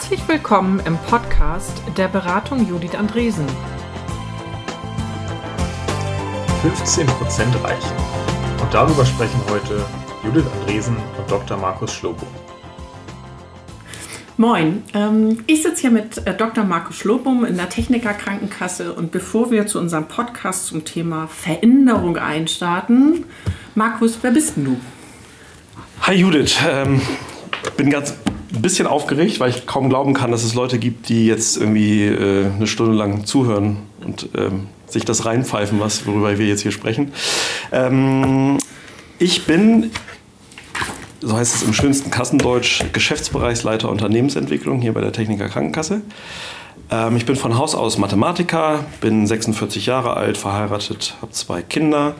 Herzlich willkommen im Podcast der Beratung Judith Andresen. 15% reichen. Und darüber sprechen heute Judith Andresen und Dr. Markus Schlobum. Moin, ich sitze hier mit Dr. Markus Schlobum in der Techniker Krankenkasse und bevor wir zu unserem Podcast zum Thema Veränderung einstarten, Markus, wer bist denn du? Hi Judith, bin ganz ein bisschen aufgeregt, weil ich kaum glauben kann, dass es Leute gibt, die jetzt irgendwie eine Stunde lang zuhören und sich das reinpfeifen, worüber wir jetzt hier sprechen. Ich bin, so heißt es im schönsten Kassendeutsch, Geschäftsbereichsleiter Unternehmensentwicklung hier bei der Techniker Krankenkasse. Ich bin von Haus aus Mathematiker, bin 46 Jahre alt, verheiratet, habe 2 Kinder.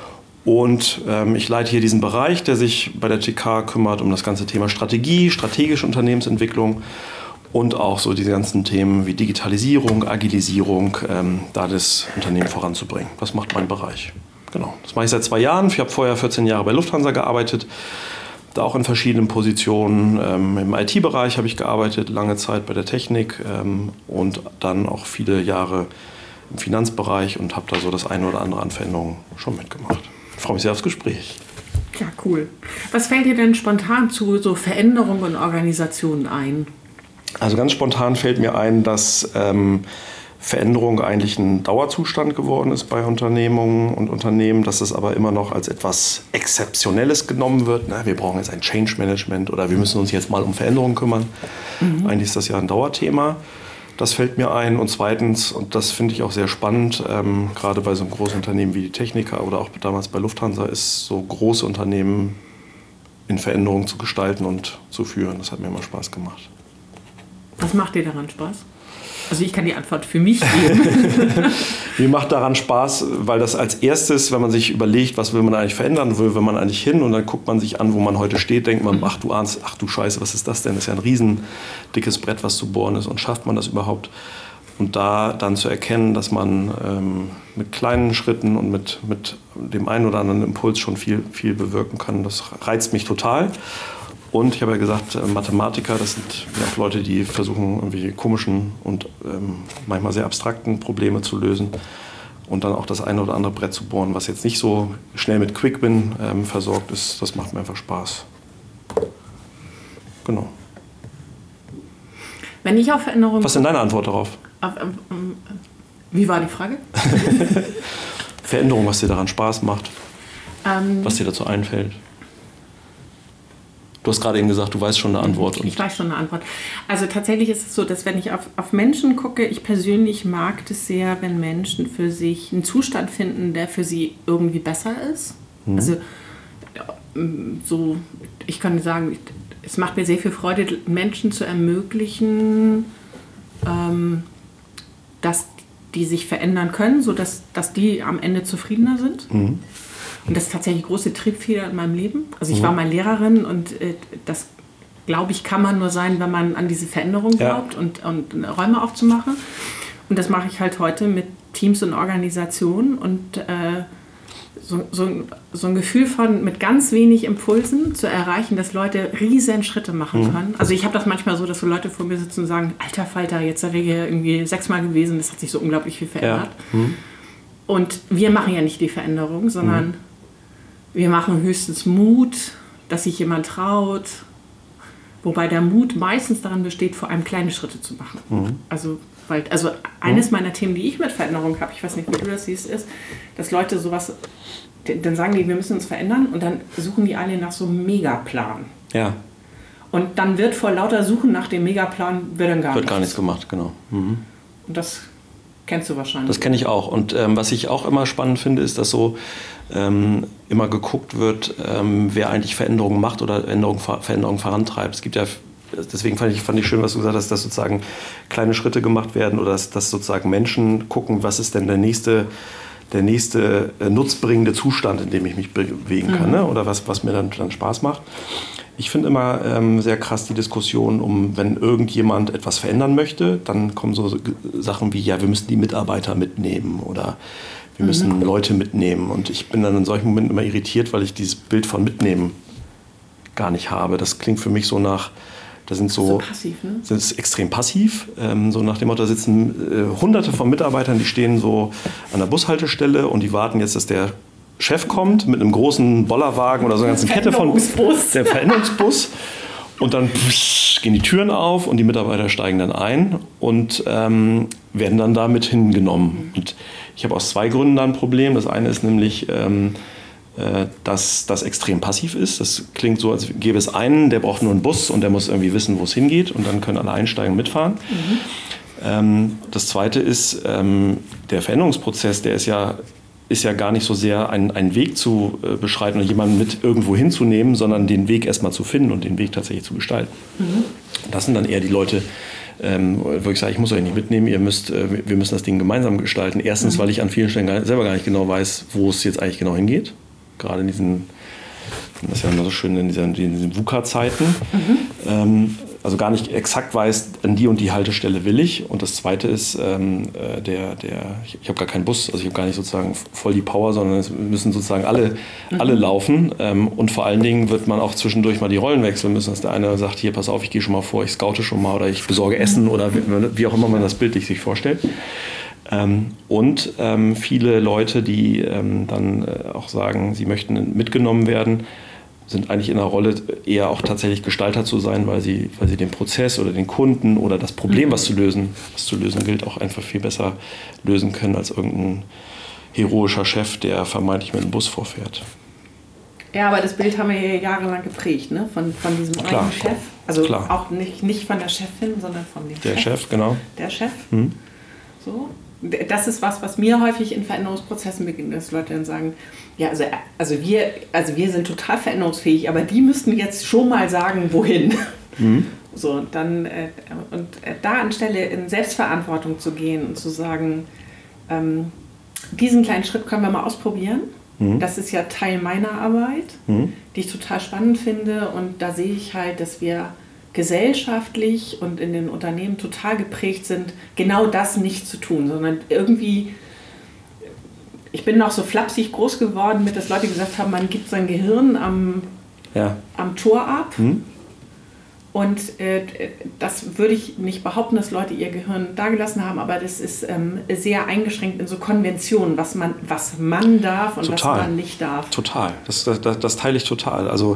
Und ich leite hier diesen Bereich, der sich bei der TK kümmert um das ganze Thema Strategie, strategische Unternehmensentwicklung und auch so diese ganzen Themen wie Digitalisierung, Agilisierung, da das Unternehmen voranzubringen. Das macht mein Bereich. Genau. Das mache ich seit 2 Jahren. Ich habe vorher 14 Jahre bei Lufthansa gearbeitet, da auch in verschiedenen Positionen. Im IT-Bereich habe ich gearbeitet, lange Zeit bei der Technik und dann auch viele Jahre im Finanzbereich und habe da so das eine oder andere an Veränderungen schon mitgemacht. Ich freue mich sehr aufs Gespräch. Ja, cool. Was fällt dir denn spontan zu so Veränderungen und Organisationen ein? Also ganz spontan fällt mir ein, dass Veränderung eigentlich ein Dauerzustand geworden ist bei Unternehmungen und Unternehmen, dass es aber immer noch als etwas Exzeptionelles genommen wird. Na, wir brauchen jetzt ein Change Management oder wir müssen uns jetzt mal um Veränderungen kümmern. Eigentlich ist das ja ein Dauerthema. Das fällt mir ein. Und zweitens, und das finde ich auch sehr spannend, gerade bei so einem großen Unternehmen wie die Techniker oder auch damals bei Lufthansa, ist so große Unternehmen in Veränderungen zu gestalten und zu führen. Das hat mir immer Spaß gemacht. Was macht dir daran Spaß? Also ich kann die Antwort für mich geben. Mir macht daran Spaß, weil das als erstes, wenn man sich überlegt, was will man eigentlich verändern, wo will man eigentlich hin und dann guckt man sich an, wo man heute steht, denkt man, ach du Scheiße, was ist das denn? Das ist ja ein riesen dickes Brett, was zu bohren ist und schafft man das überhaupt? Und da dann zu erkennen, dass man mit kleinen Schritten und mit dem einen oder anderen Impuls schon viel bewirken kann, das reizt mich total. Und ich habe ja gesagt, Mathematiker, das sind ja auch Leute, die versuchen, irgendwie komischen und manchmal sehr abstrakten Probleme zu lösen. Und dann auch das eine oder andere Brett zu bohren, was jetzt nicht so schnell mit Quick-Win versorgt ist, das macht mir einfach Spaß. Genau. Wenn ich auf Veränderungen... Was ist denn deine Antwort darauf? Wie war die Frage? Veränderung, was dir daran Spaß macht, was dir dazu einfällt. Du hast gerade eben gesagt, du weißt schon eine Antwort. Ich weiß schon eine Antwort. Also tatsächlich ist es so, dass wenn ich auf Menschen gucke, ich persönlich mag es sehr, wenn Menschen für sich einen Zustand finden, der für sie irgendwie besser ist. Also so, ich kann sagen, es macht mir sehr viel Freude, Menschen zu ermöglichen, dass die sich verändern können, sodass die am Ende zufriedener sind. Und das ist tatsächlich große Triebfeder in meinem Leben. Also ich war mal Lehrerin und das, glaube ich, kann man nur sein, wenn man an diese Veränderung glaubt und Räume aufzumachen. Und das mache ich halt heute mit Teams und Organisationen und so ein Gefühl von mit ganz wenig Impulsen zu erreichen, dass Leute riesen Schritte machen können. Also ich habe das manchmal so, dass so Leute vor mir sitzen und sagen, alter Falter, jetzt sind wir hier irgendwie 6-mal gewesen, das hat sich so unglaublich viel verändert. Und wir machen ja nicht die Veränderung, sondern wir machen höchstens Mut, dass sich jemand traut. Wobei der Mut meistens daran besteht, vor allem kleine Schritte zu machen. Also eines meiner Themen, die ich mit Veränderung habe, ich weiß nicht, wie du das siehst, ist, dass Leute sowas, dann sagen die, wir müssen uns verändern und dann suchen die alle nach so einem Megaplan. Ja. Und dann wird vor lauter Suchen nach dem Megaplan wird gar nichts gemacht, genau. Und das kennst du wahrscheinlich. Das kenne ich auch. Und was ich auch immer spannend finde, ist, dass so immer geguckt wird, wer eigentlich Veränderungen macht oder Veränderungen vorantreibt. Es gibt ja, deswegen fand ich schön, was du gesagt hast, dass sozusagen kleine Schritte gemacht werden oder dass sozusagen Menschen gucken, was ist denn der nächste nutzbringende Zustand, in dem ich mich bewegen kann, ne? Oder was mir dann Spaß macht. Ich finde immer sehr krass die Diskussion wenn irgendjemand etwas verändern möchte, dann kommen so Sachen wie, ja, wir müssen die Mitarbeiter mitnehmen oder wir müssen Leute mitnehmen. Und ich bin dann in solchen Momenten immer irritiert, weil ich dieses Bild von mitnehmen gar nicht habe. Das klingt für mich so nach, Da sind so passiv, ne? Das ist extrem passiv. So nach dem Motto, da sitzen hunderte von Mitarbeitern, die stehen so an der Bushaltestelle und die warten jetzt, dass der Chef kommt mit einem großen Bollerwagen oder so einer ganzen Kette von der Veränderungsbus. Und dann gehen die Türen auf und die Mitarbeiter steigen dann ein und werden dann damit hingenommen. Und ich habe aus 2 Gründen da ein Problem. Das eine ist nämlich, dass das extrem passiv ist. Das klingt so, als gäbe es einen, der braucht nur einen Bus und der muss irgendwie wissen, wo es hingeht und dann können alle einsteigen und mitfahren. Das zweite ist, der Veränderungsprozess, der ist ja gar nicht so sehr ein Weg zu beschreiten oder jemanden mit irgendwo hinzunehmen, sondern den Weg erstmal zu finden und den Weg tatsächlich zu gestalten. Das sind dann eher die Leute, wo ich sage, ich muss euch nicht mitnehmen, wir müssen das Ding gemeinsam gestalten. Erstens, weil ich an vielen Stellen selber gar nicht genau weiß, wo es jetzt eigentlich genau hingeht. Gerade in diesen, das ist ja immer so schön in diesen VUCA-Zeiten. Also gar nicht exakt weiß, an die und die Haltestelle will ich. Und das Zweite ist, ich habe gar keinen Bus, also ich habe gar nicht sozusagen voll die Power, sondern es müssen sozusagen alle laufen. Und vor allen Dingen wird man auch zwischendurch mal die Rollen wechseln müssen, dass der eine sagt, hier, pass auf, ich gehe schon mal vor, ich scoute schon mal oder ich besorge Essen oder wie auch immer man das bildlich sich vorstellt. Und viele Leute, die dann auch sagen, sie möchten mitgenommen werden, sind eigentlich in der Rolle, eher auch tatsächlich Gestalter zu sein, weil sie den Prozess oder den Kunden oder das Problem, was zu lösen gilt, auch einfach viel besser lösen können als irgendein heroischer Chef, der vermeintlich mit dem Bus vorfährt. Ja, aber das Bild haben wir ja jahrelang geprägt, ne? Von diesem einen Chef. Also auch nicht von der Chefin, sondern von dem Chef. Der Chef, genau. Der Chef. So. Das ist was mir häufig in Veränderungsprozessen begegnet, dass Leute dann sagen, ja, also wir sind total veränderungsfähig, aber die müssten jetzt schon mal sagen, wohin. So, dann da anstelle in Selbstverantwortung zu gehen und zu sagen, diesen kleinen Schritt können wir mal ausprobieren. Das ist ja Teil meiner Arbeit, die ich total spannend finde, und da sehe ich halt, dass wir gesellschaftlich und in den Unternehmen total geprägt sind, genau das nicht zu tun, sondern irgendwie, ich bin noch so flapsig groß geworden, dass Leute gesagt haben, man gibt sein Gehirn am Tor ab. Und das würde ich nicht behaupten, dass Leute ihr Gehirn dagelassen haben, aber das ist sehr eingeschränkt in so Konventionen, was man darf und was man nicht darf. Total, das teile ich total. Also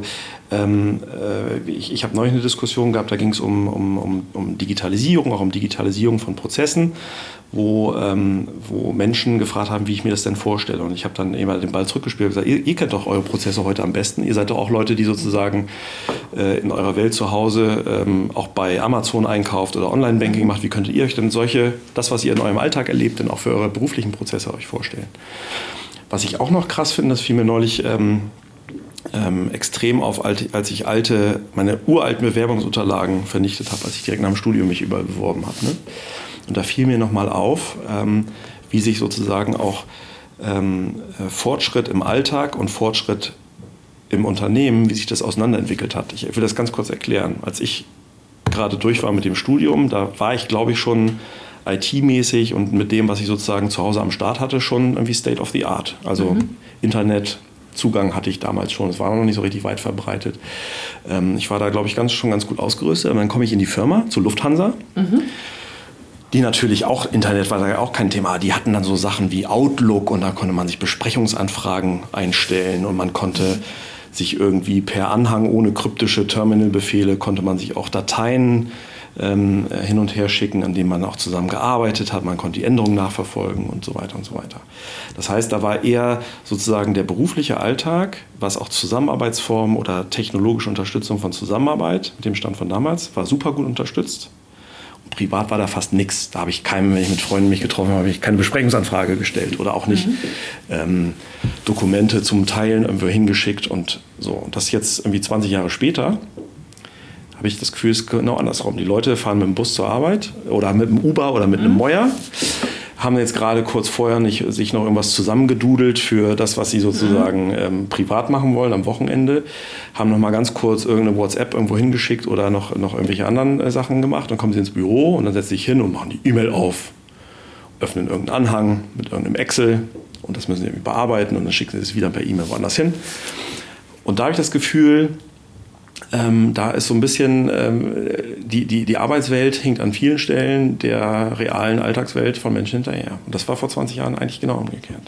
ich habe neulich eine Diskussion gehabt, da ging es um Digitalisierung, auch um Digitalisierung von Prozessen, wo Menschen gefragt haben, wie ich mir das denn vorstelle. Und ich habe dann immer den Ball zurückgespielt und gesagt, ihr kennt doch eure Prozesse heute am besten. Ihr seid doch auch Leute, die sozusagen in eurer Welt zu Hause auch bei Amazon einkauft oder Online-Banking macht. Wie könntet ihr euch denn das, was ihr in eurem Alltag erlebt, denn auch für eure beruflichen Prozesse euch vorstellen? Was ich auch noch krass finde, das fiel mir neulich extrem auf, als ich meine uralten Bewerbungsunterlagen vernichtet habe, als ich direkt nach dem Studium mich überall beworben habe. Ne? Und da fiel mir nochmal auf, wie sich sozusagen auch Fortschritt im Alltag und Fortschritt im Unternehmen, wie sich das auseinanderentwickelt hat. Ich will das ganz kurz erklären. Als ich gerade durch war mit dem Studium, da war ich, glaube ich, schon IT-mäßig und mit dem, was ich sozusagen zu Hause am Start hatte, schon irgendwie State of the Art. Also Internetzugang hatte ich damals schon. Es war noch nicht so richtig weit verbreitet. Ich war da, glaube ich, schon ganz gut ausgerüstet. Und dann komme ich in die Firma, zu Lufthansa. Die natürlich auch, Internet war da auch kein Thema, die hatten dann so Sachen wie Outlook und da konnte man sich Besprechungsanfragen einstellen und man konnte sich irgendwie per Anhang ohne kryptische Terminalbefehle konnte man sich auch Dateien hin und her schicken, an denen man auch zusammen gearbeitet hat. Man konnte die Änderungen nachverfolgen und so weiter und so weiter. Das heißt, da war eher sozusagen der berufliche Alltag, was auch Zusammenarbeitsformen oder technologische Unterstützung von Zusammenarbeit mit dem Stand von damals, war super gut unterstützt. Privat war da fast nichts. Da habe ich wenn ich mit Freunden mich getroffen habe, habe ich keine Besprechungsanfrage gestellt oder auch nicht Dokumente zum Teilen irgendwo hingeschickt und so. Und das jetzt irgendwie 20 Jahre später habe ich das Gefühl, es ist genau andersrum. Die Leute fahren mit dem Bus zur Arbeit oder mit dem Uber oder mit einem Moja, haben jetzt gerade kurz vorher sich noch irgendwas zusammengedudelt für das, was sie sozusagen privat machen wollen am Wochenende, haben noch mal ganz kurz irgendeine WhatsApp irgendwo hingeschickt oder noch irgendwelche anderen Sachen gemacht. Dann kommen sie ins Büro und dann setzen sie sich hin und machen die E-Mail auf, öffnen irgendeinen Anhang mit irgendeinem Excel und das müssen sie irgendwie bearbeiten und dann schicken sie es wieder per E-Mail woanders hin. Und da habe ich das Gefühl, Da ist so ein bisschen, die Arbeitswelt hinkt an vielen Stellen der realen Alltagswelt von Menschen hinterher. Und das war vor 20 Jahren eigentlich genau umgekehrt.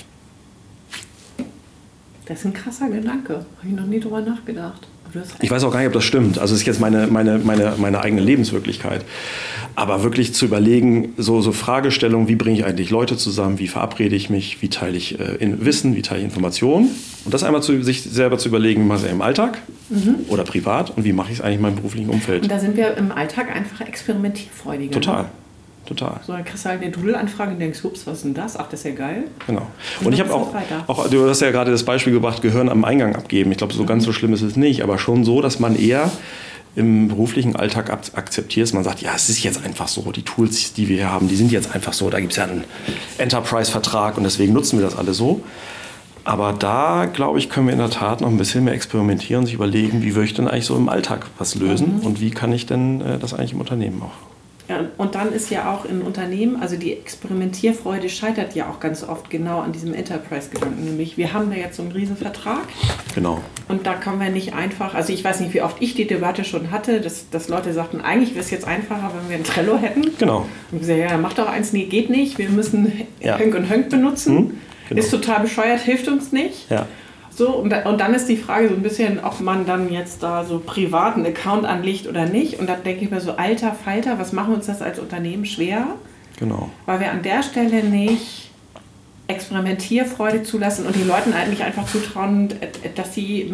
Das ist ein krasser Gedanke. Habe ich noch nie drüber nachgedacht. Ich weiß auch gar nicht, ob das stimmt. Also es ist jetzt meine eigene Lebenswirklichkeit. Aber wirklich zu überlegen, so Fragestellungen, wie bringe ich eigentlich Leute zusammen, wie verabrede ich mich, wie teile ich Wissen, wie teile ich Informationen. Und das einmal sich selber zu überlegen, wie mache ich es im Alltag oder privat und wie mache ich es eigentlich in meinem beruflichen Umfeld. Und da sind wir im Alltag einfach experimentierfreudiger. Total. Ne? So, dann kriegst du halt eine Doodle-Anfrage und denkst, ups, was ist denn das? Ach, das ist ja geil. Genau. Und ich habe auch, du hast ja gerade das Beispiel gebracht, Gehirn am Eingang abgeben. Ich glaube, so ganz so schlimm ist es nicht, aber schon so, dass man eher im beruflichen Alltag akzeptiert, dass man sagt, ja, es ist jetzt einfach so, die Tools, die wir hier haben, die sind jetzt einfach so, da gibt es ja einen Enterprise-Vertrag und deswegen nutzen wir das alle so. Aber da, glaube ich, können wir in der Tat noch ein bisschen mehr experimentieren und sich überlegen, wie würde ich denn eigentlich so im Alltag was lösen und wie kann ich denn das eigentlich im Unternehmen auch. Ja, und dann ist ja auch in Unternehmen, also die Experimentierfreude scheitert ja auch ganz oft genau an diesem Enterprise-Gedanken. Nämlich, wir haben da jetzt so einen Riesenvertrag. Genau. Und da können wir nicht einfach, also ich weiß nicht, wie oft ich die Debatte schon hatte, dass Leute sagten, eigentlich wäre es jetzt einfacher, wenn wir ein Trello hätten. Genau. Und ich gesagt, ja, mach doch eins, nee, geht nicht, wir müssen Hönk und Hönk benutzen. Genau. Ist total bescheuert, hilft uns nicht. Ja. So, und dann ist die Frage so ein bisschen, ob man dann jetzt da so privat einen Account anlegt oder nicht. Und da denke ich mir so, alter Falter, was machen uns das als Unternehmen schwer? Genau. Weil wir an der Stelle nicht Experimentierfreude zulassen und den Leuten eigentlich einfach zutrauen, dass sie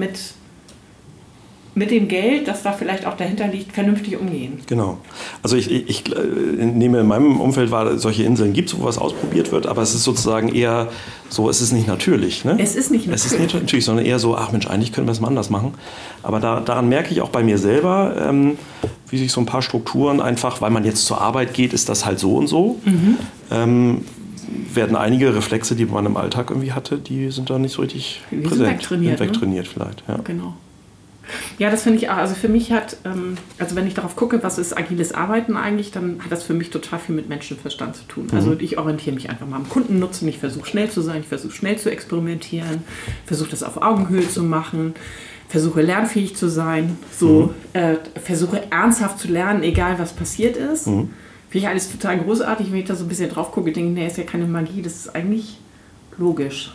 mit dem Geld, das da vielleicht auch dahinter liegt, vernünftig umgehen. Genau. Also ich nehme in meinem Umfeld wahr, solche Inseln gibt es, wo was ausprobiert wird, aber es ist sozusagen eher so, es ist nicht natürlich. Ne? Es ist nicht natürlich. Es ist nicht natürlich, sondern eher so, ach Mensch, eigentlich können wir es mal anders machen. Aber daran merke ich auch bei mir selber, wie sich so ein paar Strukturen einfach, weil man jetzt zur Arbeit geht, ist das halt so und so. Werden einige Reflexe, die man im Alltag irgendwie hatte, die sind da nicht so richtig präsent. Sind wegtrainiert vielleicht. Ja. Genau. Ja, das finde ich auch. Also für mich hat, also wenn ich darauf gucke, was ist agiles Arbeiten eigentlich, dann hat das für mich total viel mit Menschenverstand zu tun. Also ich orientiere mich einfach mal am Kundennutzen, ich versuche schnell zu sein, ich versuche schnell zu experimentieren, versuche das auf Augenhöhe zu machen, versuche lernfähig zu sein, versuche ernsthaft zu lernen, egal was passiert ist. Finde ich alles total großartig, wenn ich da so ein bisschen drauf gucke, denke ich, nee, ist ja keine Magie, das ist eigentlich logisch.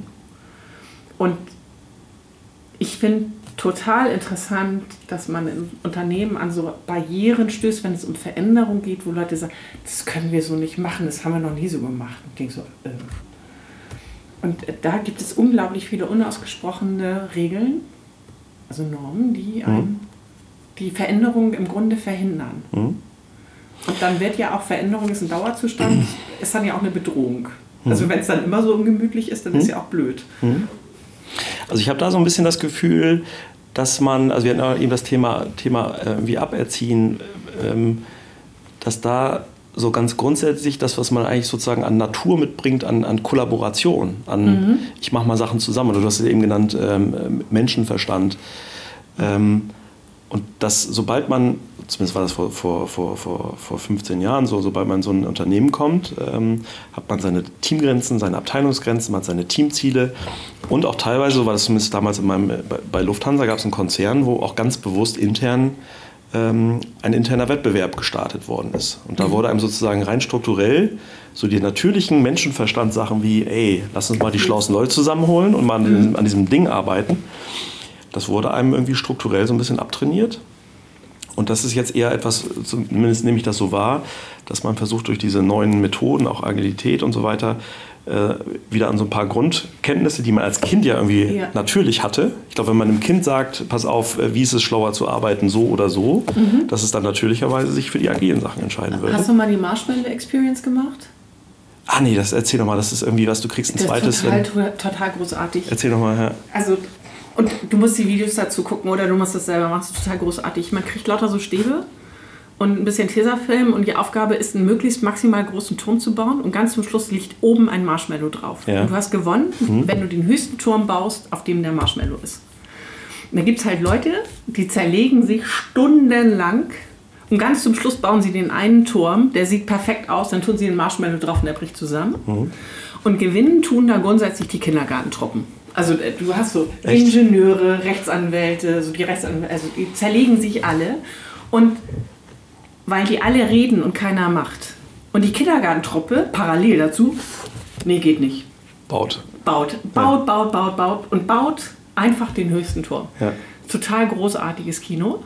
Und ich finde total interessant, dass man in Unternehmen an so Barrieren stößt, wenn es um Veränderung geht, wo Leute sagen, das können wir so nicht machen, das haben wir noch nie so gemacht. Und ich denke so, Und da gibt es unglaublich viele unausgesprochene Regeln, also Normen, die die Veränderung im Grunde verhindern. Und dann wird ja auch Veränderung, ist ein Dauerzustand, ist dann ja auch eine Bedrohung. Also wenn es dann immer so ungemütlich ist, dann ist ja auch blöd. Also ich habe da so ein bisschen das Gefühl, dass man, also wir hatten ja eben das Thema wie Aberziehen, dass da so ganz grundsätzlich das, was man eigentlich sozusagen an Natur mitbringt, an Kollaboration, ich mache mal Sachen zusammen, oder du hast es eben genannt, Menschenverstand. Und das, sobald man, zumindest war das vor 15 Jahren so, sobald man in so ein Unternehmen kommt, hat man seine Teamgrenzen, seine Abteilungsgrenzen, man hat seine Teamziele und auch teilweise, so war das zumindest damals bei Lufthansa, gab es einen Konzern, wo auch ganz bewusst intern ein interner Wettbewerb gestartet worden ist. Und da wurde einem sozusagen rein strukturell so die natürlichen Menschenverstandssachen wie, ey, lass uns mal die schlauesten Leute zusammenholen und mal an diesem Ding arbeiten. Das wurde einem irgendwie strukturell so ein bisschen abtrainiert. Und das ist jetzt eher etwas, zumindest nehme ich das so wahr, dass man versucht, durch diese neuen Methoden, auch Agilität und so weiter, wieder an so ein paar Grundkenntnisse, die man als Kind ja irgendwie natürlich hatte. Ich glaube, wenn man einem Kind sagt, pass auf, wie ist es schlauer zu arbeiten, so oder so, dass es dann natürlicherweise sich für die agilen Sachen entscheiden würde. Hast du mal die Marshmallow Experience gemacht? Ah nee, erzähl doch mal, das ist irgendwie was, du kriegst ein zweites. Das ist total großartig. Erzähl doch mal, ja. Also, und du musst die Videos dazu gucken oder du musst das selber machen, das ist total großartig. Man kriegt lauter so Stäbe und ein bisschen Tesafilm und die Aufgabe ist, einen möglichst maximal großen Turm zu bauen und ganz zum Schluss liegt oben ein Marshmallow drauf. Ja. Und du hast gewonnen, wenn du den höchsten Turm baust, auf dem der Marshmallow ist. Und da gibt es halt Leute, die zerlegen sich stundenlang und ganz zum Schluss bauen sie den einen Turm, der sieht perfekt aus, dann tun sie den Marshmallow drauf und der bricht zusammen. Und gewinnen tun da grundsätzlich die Kindergartentruppen. Also du hast so Echt? Ingenieure, Rechtsanwälte, so die Rechtsanwälte, also die zerlegen sich alle. Und weil die alle reden und keiner macht. Und die Kindergartentruppe parallel dazu, nee, geht nicht. Baut Und baut einfach den höchsten Turm. Ja. Total großartiges Kino.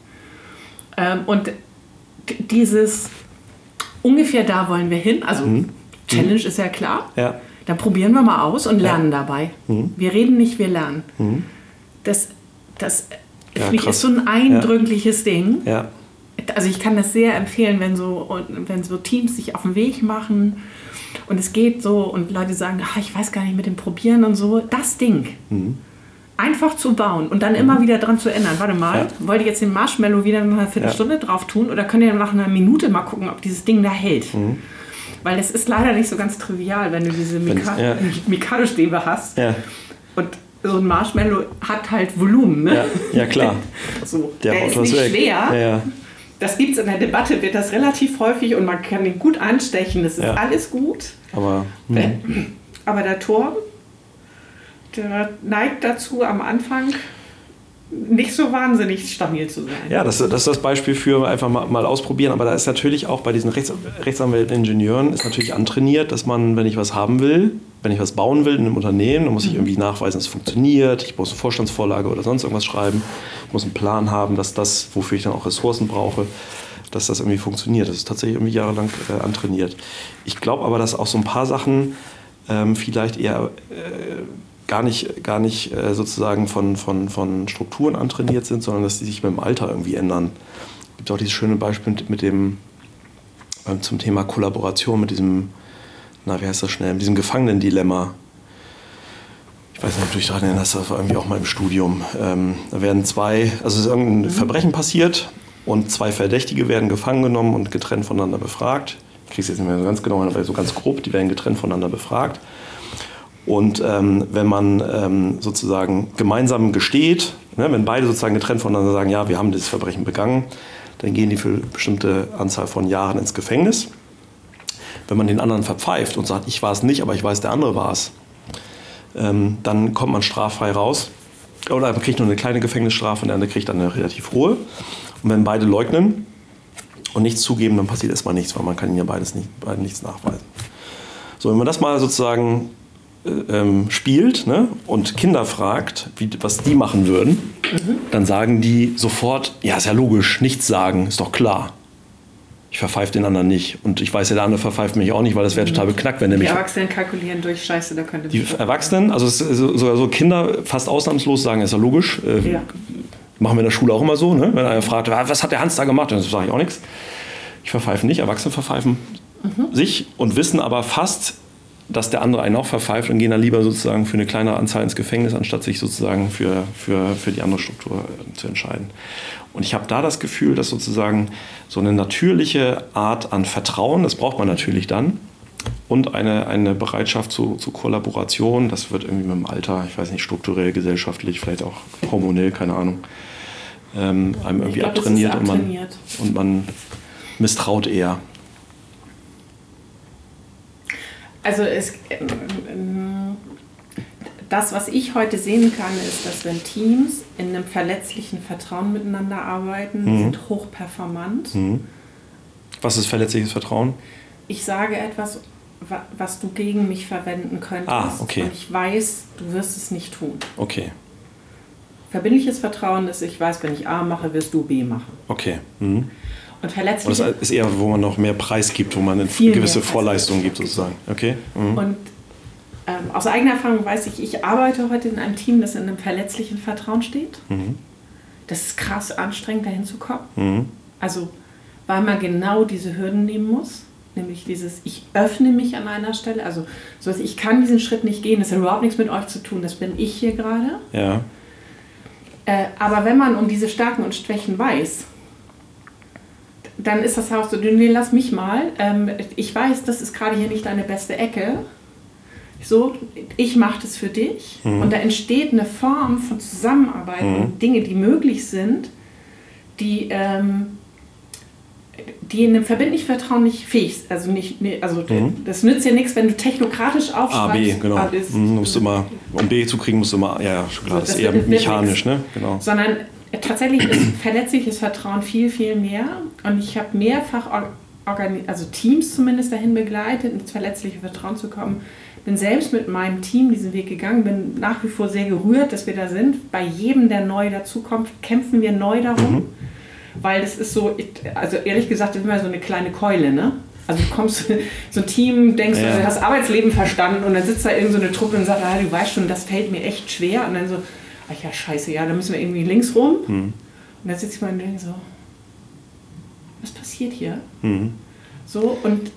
Und dieses ungefähr da wollen wir hin. Also Challenge ist ja klar. Ja. Dann probieren wir mal aus und lernen dabei. Wir reden nicht, wir lernen. Das finde ich ist so ein eindrückliches Ding. Ja. Also ich kann das sehr empfehlen, wenn so Teams sich auf den Weg machen und es geht so und Leute sagen, ich weiß gar nicht mit dem Probieren und so. Das Ding einfach zu bauen und dann immer wieder dran zu ändern. Warte mal, wollt ihr jetzt den Marshmallow wieder nach einer Viertelstunde drauf tun oder könnt ihr nach einer Minute mal gucken, ob dieses Ding da hält? Weil es ist leider nicht so ganz trivial, wenn du diese Mikado-Stäbe hast. Ja. Und so ein Marshmallow hat halt Volumen. Ne? Ja, klar. So, der ist nicht schwer. Ja. Das gibt es in der Debatte, wird das relativ häufig und man kann den gut anstechen. Das ist alles gut. Aber der Turm, der neigt dazu am Anfang nicht so wahnsinnig stabil zu sein. Ja, das ist das Beispiel für einfach mal ausprobieren. Aber da ist natürlich auch bei diesen Rechtsanwälten, Ingenieuren ist natürlich antrainiert, dass man, wenn ich was haben will, wenn ich was bauen will in einem Unternehmen, dann muss ich irgendwie nachweisen, dass es funktioniert. Ich muss eine Vorstandsvorlage oder sonst irgendwas schreiben. Ich muss einen Plan haben, dass das, wofür ich dann auch Ressourcen brauche, dass das irgendwie funktioniert. Das ist tatsächlich irgendwie jahrelang antrainiert. Ich glaube aber, dass auch so ein paar Sachen vielleicht eher gar nicht sozusagen von Strukturen antrainiert sind, sondern dass die sich mit dem Alter irgendwie ändern. Es gibt auch dieses schöne Beispiel mit dem zum Thema Kollaboration, mit diesem, wie heißt das schnell, mit diesem Gefangenendilemma. Ich weiß nicht, ob du dich daran erinnerst, das war irgendwie auch mal im Studium. Da werden es ist irgendein Verbrechen passiert und 2 Verdächtige werden gefangen genommen und getrennt voneinander befragt. Ich kriege es jetzt nicht mehr so ganz genau, aber so ganz grob, die werden getrennt voneinander befragt. Und wenn man sozusagen gemeinsam gesteht, wenn beide sozusagen getrennt voneinander sagen, ja, wir haben dieses Verbrechen begangen, dann gehen die für eine bestimmte Anzahl von Jahren ins Gefängnis. Wenn man den anderen verpfeift und sagt, ich war es nicht, aber ich weiß, der andere war es, dann kommt man straffrei raus. Oder man kriegt nur eine kleine Gefängnisstrafe und der andere kriegt dann eine relativ hohe. Und wenn beide leugnen und nichts zugeben, dann passiert erstmal nichts, weil man kann ihnen ja beiden nichts nachweisen. So, wenn man das mal sozusagen spielt, ne, und Kinder fragt, was die machen würden, dann sagen die sofort, ja, ist ja logisch, nichts sagen, ist doch klar. Ich verpfeife den anderen nicht. Und ich weiß ja, der andere verpfeift mich auch nicht, weil das wäre total beknackt, wenn der mich... Die Erwachsenen kalkulieren durch Scheiße, da könnte... Die Erwachsenen, also sogar so Kinder fast ausnahmslos sagen, ist ja logisch. Machen wir in der Schule auch immer so, ne? Wenn einer fragt, was hat der Hans da gemacht? Dann sage ich auch nichts. Ich verpfeife nicht, Erwachsene verpfeifen sich und wissen aber fast, dass der andere einen auch verpfeift und gehen dann lieber sozusagen für eine kleinere Anzahl ins Gefängnis, anstatt sich sozusagen für die andere Struktur zu entscheiden. Und ich habe da das Gefühl, dass sozusagen so eine natürliche Art an Vertrauen, das braucht man natürlich dann, und eine Bereitschaft zu Kollaboration, das wird irgendwie mit dem Alter, ich weiß nicht, strukturell, gesellschaftlich, vielleicht auch hormonell, keine Ahnung, einem irgendwie abtrainiert und man misstraut eher. Also das, was ich heute sehen kann, ist, dass wenn Teams in einem verletzlichen Vertrauen miteinander arbeiten, sind hochperformant. Was ist verletzliches Vertrauen? Ich sage etwas, was du gegen mich verwenden könntest. Okay. Und ich weiß, du wirst es nicht tun. Okay. Verbindliches Vertrauen ist, ich weiß, wenn ich A mache, wirst du B machen. Okay. Und verletzlich. Das ist eher, wo man noch mehr Preis gibt, wo man eine gewisse Vorleistung gibt sozusagen. Okay. Und aus eigener Erfahrung weiß ich arbeite heute in einem Team, das in einem verletzlichen Vertrauen steht. Das ist krass anstrengend, dahin zu kommen. Also, weil man genau diese Hürden nehmen muss. Nämlich dieses, ich öffne mich an einer Stelle. Also, so ich kann diesen Schritt nicht gehen, das hat überhaupt nichts mit euch zu tun, das bin ich hier gerade. Ja. Aber wenn man um diese Stärken und Schwächen weiß, dann ist das auch so, nee, lass mich mal. Ich weiß, das ist gerade hier nicht deine beste Ecke. So, ich mache das für dich. Und da entsteht eine Form von Zusammenarbeit und Dinge, die möglich sind, die die in einem verbindlichen Vertrauen nicht fähig sind. Das nützt ja nichts, wenn du technokratisch aufschreibst. A, B, genau. Musst du immer, um B zu kriegen, musst du immer, ja, schon klar, das ist eher mechanisch, ne? Genau. Sondern tatsächlich ist verletzliches Vertrauen viel, viel mehr. Und ich habe mehrfach Teams zumindest dahin begleitet, ins verletzliche Vertrauen zu kommen. Bin selbst mit meinem Team diesen Weg gegangen, bin nach wie vor sehr gerührt, dass wir da sind. Bei jedem, der neu dazukommt, kämpfen wir neu darum. Weil das ist so, also ehrlich gesagt, das ist immer so eine kleine Keule, ne? Also du kommst so ein Team, denkst du hast Arbeitsleben verstanden und dann sitzt da irgend so eine Truppe und sagt, du weißt schon, das fällt mir echt schwer. Und dann so, ach ja, scheiße, ja, da müssen wir irgendwie links rum. Und dann sitze ich mal und denke so, was passiert hier? So, und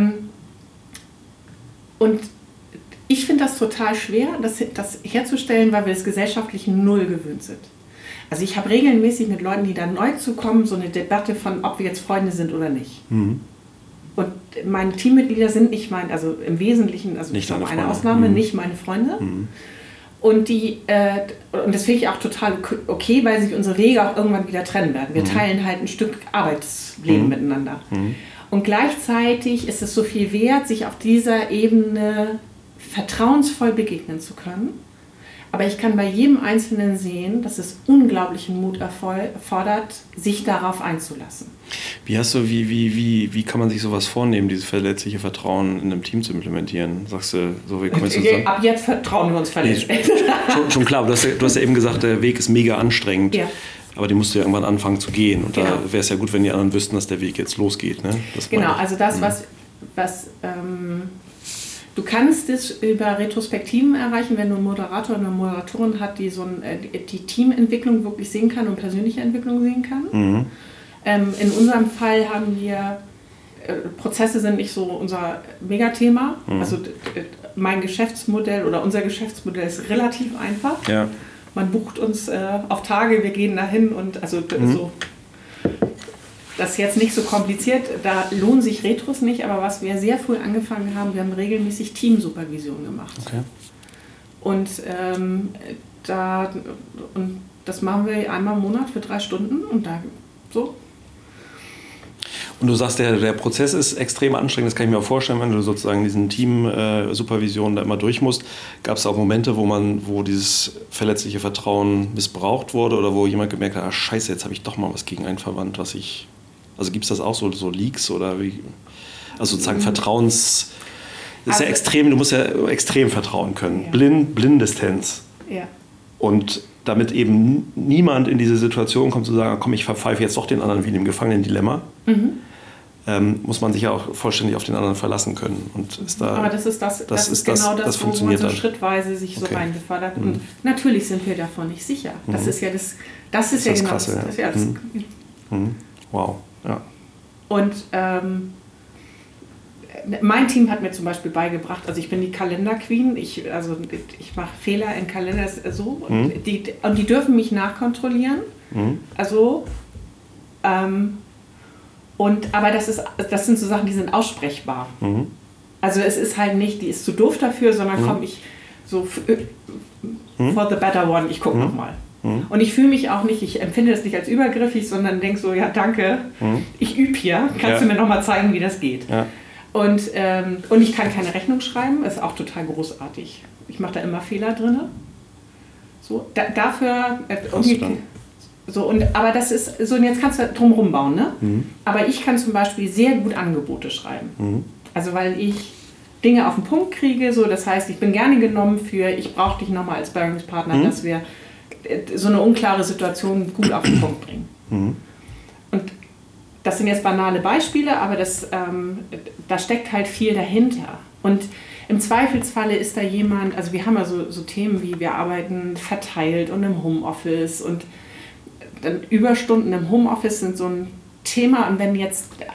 ich finde das total schwer, das herzustellen, weil wir das gesellschaftlich null gewöhnt sind. Also ich habe regelmäßig mit Leuten, die da neu zu kommen, so eine Debatte von, ob wir jetzt Freunde sind oder nicht. Und meine Teammitglieder sind nicht also im Wesentlichen, also nicht eine Freunde. Ausnahme, nicht meine Freunde. Und und das finde ich auch total okay, weil sich unsere Wege auch irgendwann wieder trennen werden. Wir teilen halt ein Stück Arbeitsleben miteinander. Und gleichzeitig ist es so viel wert, sich auf dieser Ebene vertrauensvoll begegnen zu können. Aber ich kann bei jedem Einzelnen sehen, dass es unglaublichen Mut erfordert, sich darauf einzulassen. Wie kann man sich sowas vornehmen, dieses verletzliche Vertrauen in einem Team zu implementieren? Sagst du, so wie kommen wir zusammen? Ab jetzt vertrauen wir uns verletzt. Nee, schon klar, du hast ja eben gesagt, der Weg ist mega anstrengend. Ja. Aber die musst du ja irgendwann anfangen zu gehen. Und da wäre es ja gut, wenn die anderen wüssten, dass der Weg jetzt losgeht. Ne? Genau, also das, was du kannst es über Retrospektiven erreichen, wenn du einen Moderator oder eine Moderatorin hast, die die Teamentwicklung wirklich sehen kann und persönliche Entwicklung sehen kann. In unserem Fall haben wir, Prozesse sind nicht so unser Megathema. Also mein Geschäftsmodell oder unser Geschäftsmodell ist relativ einfach. Ja. Man bucht uns auf Tage, wir gehen dahin und so. Das ist jetzt nicht so kompliziert, da lohnen sich Retros nicht, aber was wir sehr früh angefangen haben, wir haben regelmäßig Teamsupervision gemacht. Okay. Und das machen wir einmal im Monat für 3 Stunden und da so. Und du sagst, der Prozess ist extrem anstrengend, das kann ich mir auch vorstellen, wenn du sozusagen diesen Team-Supervision da immer durch musst. Gab es auch Momente, wo dieses verletzliche Vertrauen missbraucht wurde oder wo jemand gemerkt hat, scheiße, jetzt habe ich doch mal was gegen einen verwandt, also gibt es das auch so Leaks oder wie? Also sozusagen Vertrauens... Das ist ja extrem, du musst ja extrem vertrauen können. Ja. Blindistenz. Ja. Und damit eben niemand in diese Situation kommt zu sagen, komm, ich verpfeife jetzt doch den anderen wie in dem Gefangenen-Dilemma, muss man sich ja auch vollständig auf den anderen verlassen können. Und aber das ist genau das, wo man so schrittweise sich so reingefordert. Und natürlich sind wir davon nicht sicher. Das ist ja das ist ja genau Krasse, das. Wow, ja. Und mein Team hat mir zum Beispiel beigebracht, also ich bin die Kalender-Queen, ich mache Fehler in Kalender so und die dürfen mich nachkontrollieren. Also aber das sind so Sachen, die sind aussprechbar. Also es ist halt nicht, die ist zu doof dafür, sondern komm, ich so for the better one, ich gucke nochmal. Und ich fühle mich auch nicht, ich empfinde das nicht als übergriffig, sondern denke so, ja danke, ich übe hier, kannst du mir nochmal zeigen, wie das geht. Ja. Und ich kann keine Rechnung schreiben, ist auch total großartig. Ich mache da immer Fehler drin. So, dafür aber das ist so, und jetzt kannst du drum rumbauen, ne? Aber ich kann zum Beispiel sehr gut Angebote schreiben. Also weil ich Dinge auf den Punkt kriege, so, das heißt, ich bin gerne genommen für, ich brauche dich nochmal als Bearingspartner, dass wir so eine unklare Situation gut auf den Punkt bringen. Und das sind jetzt banale Beispiele, aber da steckt halt viel dahinter. Und im Zweifelsfalle ist da jemand, also wir haben ja so Themen wie, wir arbeiten verteilt und im Homeoffice und dann Überstunden im Homeoffice sind so ein Thema. Und wenn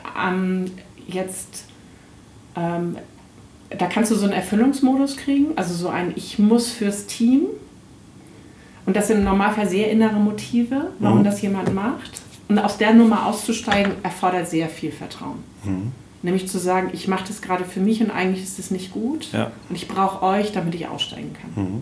da kannst du so einen Erfüllungsmodus kriegen, also so ein Ich muss fürs Team. Und das sind im Normalfall sehr innere Motive, warum das jemand macht. Und aus der Nummer auszusteigen, erfordert sehr viel Vertrauen. Nämlich zu sagen, ich mache das gerade für mich und eigentlich ist es nicht gut. Ja. Und ich brauche euch, damit ich aussteigen kann.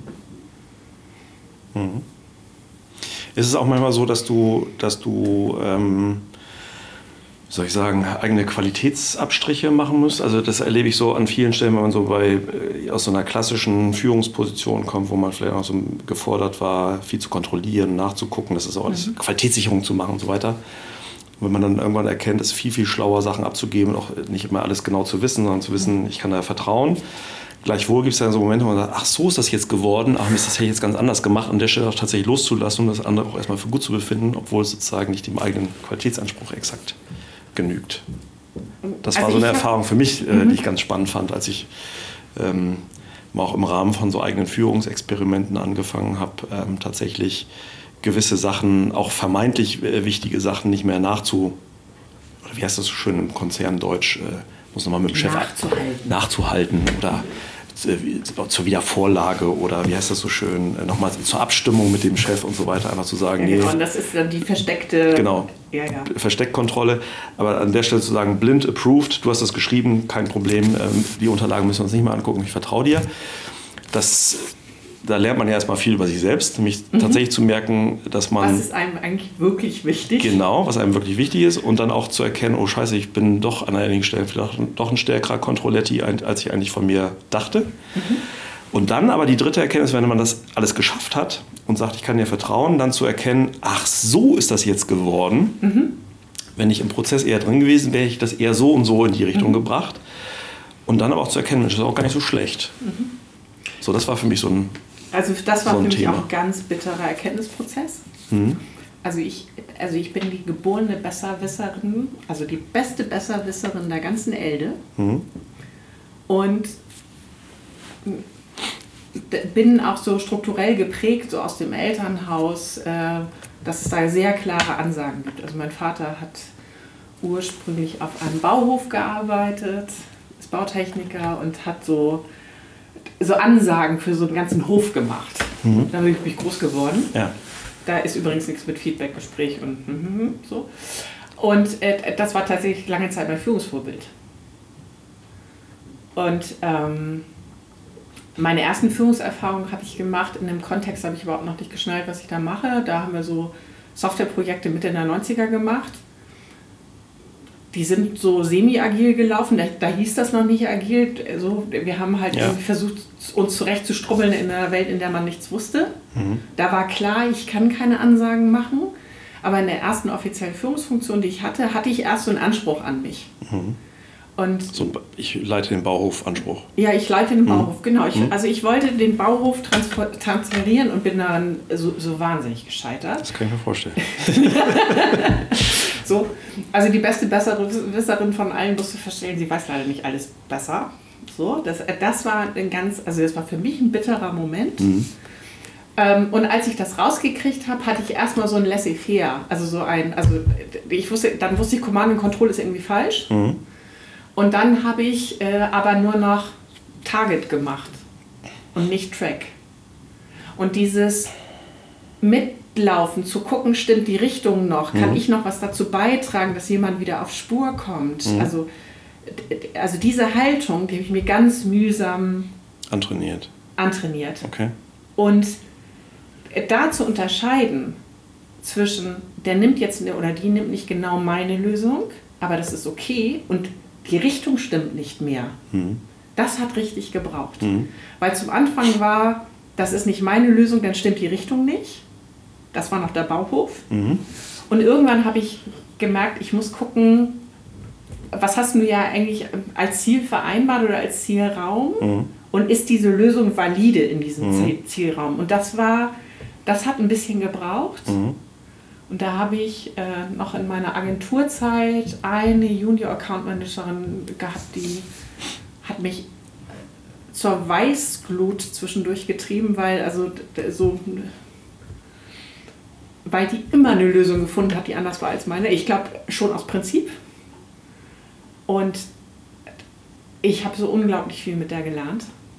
Ist es auch manchmal so, dass du soll ich sagen, eigene Qualitätsabstriche machen muss. Also das erlebe ich so an vielen Stellen, wenn man so aus so einer klassischen Führungsposition kommt, wo man vielleicht auch so gefordert war, viel zu kontrollieren, nachzugucken, das ist auch alles Qualitätssicherung zu machen und so weiter. Und wenn man dann irgendwann erkennt, es ist viel, viel schlauer, Sachen abzugeben und auch nicht immer alles genau zu wissen, sondern zu wissen, ich kann da vertrauen. Gleichwohl gibt es dann so Momente, wo man sagt, ach, so ist das jetzt geworden, ach, das hätte ich jetzt ganz anders gemacht, an der Stelle auch tatsächlich loszulassen und das andere auch erstmal für gut zu befinden, obwohl es sozusagen nicht dem eigenen Qualitätsanspruch exakt genügt. Das war so eine Erfahrung für mich, die ich ganz spannend fand, als ich auch im Rahmen von so eigenen Führungsexperimenten angefangen habe, tatsächlich gewisse Sachen, auch vermeintlich wichtige Sachen nicht mehr oder wie heißt das so schön im Konzerndeutsch, muss nochmal mit dem Chef nachzuhalten oder zur Wiedervorlage oder wie heißt das so schön, nochmal zur Abstimmung mit dem Chef und so weiter, einfach zu sagen, ja, genau, und das ist dann die versteckte... Genau, Versteckkontrolle, aber an der Stelle zu sagen, blind approved, du hast das geschrieben, kein Problem, die Unterlagen müssen wir uns nicht mal angucken, ich vertraue dir. Da lernt man ja erstmal viel über sich selbst, nämlich tatsächlich zu merken, dass man... Was ist einem eigentlich wirklich wichtig? Genau, was einem wirklich wichtig ist und dann auch zu erkennen, oh Scheiße, ich bin doch an einigen Stellen vielleicht doch ein stärkerer Kontrolletti, als ich eigentlich von mir dachte. Und dann aber die dritte Erkenntnis, wenn man das alles geschafft hat und sagt, ich kann dir vertrauen, dann zu erkennen, ach, so ist das jetzt geworden. Wenn ich im Prozess eher drin gewesen wäre, ich das eher so und so in die Richtung gebracht. Und dann aber auch zu erkennen, Mensch, das ist auch gar nicht so schlecht. So, das war für mich so ein Also das war so ein für mich Thema. auch ein ganz bitterer Erkenntnisprozess. Also ich bin die geborene Besserwisserin, also die beste Besserwisserin der ganzen Elde. Und bin auch so strukturell geprägt, so aus dem Elternhaus, dass es da sehr klare Ansagen gibt. Also mein Vater hat ursprünglich auf einem Bauhof gearbeitet, ist Bautechniker und hat so Ansagen für so einen ganzen Hof gemacht. Da bin ich groß geworden. Ja. Da ist übrigens nichts mit Feedbackgespräch und so. Und das war tatsächlich lange Zeit mein Führungsvorbild. Und meine ersten Führungserfahrungen habe ich gemacht, in einem Kontext habe ich überhaupt noch nicht geschnallt, was ich da mache. Da haben wir so Softwareprojekte Mitte der 90er gemacht. Die sind so semi-agil gelaufen, da hieß das noch nicht agil. Also wir haben halt irgendwie versucht, uns zurechtzustrubbeln in einer Welt, in der man nichts wusste. Da war klar, ich kann keine Ansagen machen. Aber in der ersten offiziellen Führungsfunktion, die ich hatte ich erst so einen Anspruch an mich. Und ich leite den Bauhof-Anspruch. Ja, ich leite den Bauhof, genau. Ich wollte den Bauhof transferieren und bin dann so wahnsinnig gescheitert. Das kann ich mir vorstellen. So, also die beste Besserwisserin von allen musst du verstehen, sie weiß leider nicht alles besser. So, das war das war für mich ein bitterer Moment. Und als ich das rausgekriegt habe, hatte ich erstmal so ein Laissez-faire. Dann wusste ich, Command and Control ist irgendwie falsch. Und dann habe ich aber nur noch Target gemacht und nicht Track. Und dieses Mitlaufen, zu gucken, stimmt die Richtung noch, kann ich noch was dazu beitragen, dass jemand wieder auf Spur kommt. Also diese Haltung, die habe ich mir ganz mühsam antrainiert. Okay. Und da zu unterscheiden zwischen, der nimmt jetzt oder die nimmt nicht genau meine Lösung, aber das ist okay und die Richtung stimmt nicht mehr. Das hat richtig gebraucht. Weil zum Anfang war, das ist nicht meine Lösung, dann stimmt die Richtung nicht. Das war noch der Bauhof. Und irgendwann habe ich gemerkt, ich muss gucken, was hast du ja eigentlich als Ziel vereinbart oder als Zielraum? Und ist diese Lösung valide in diesem Zielraum? Und das hat ein bisschen gebraucht. Und da habe ich noch in meiner Agenturzeit eine Junior Account Managerin gehabt, die hat mich zur Weißglut zwischendurch getrieben, weil die immer eine Lösung gefunden hat, die anders war als meine. Ich glaube schon aus Prinzip. Und ich habe so unglaublich viel mit der gelernt.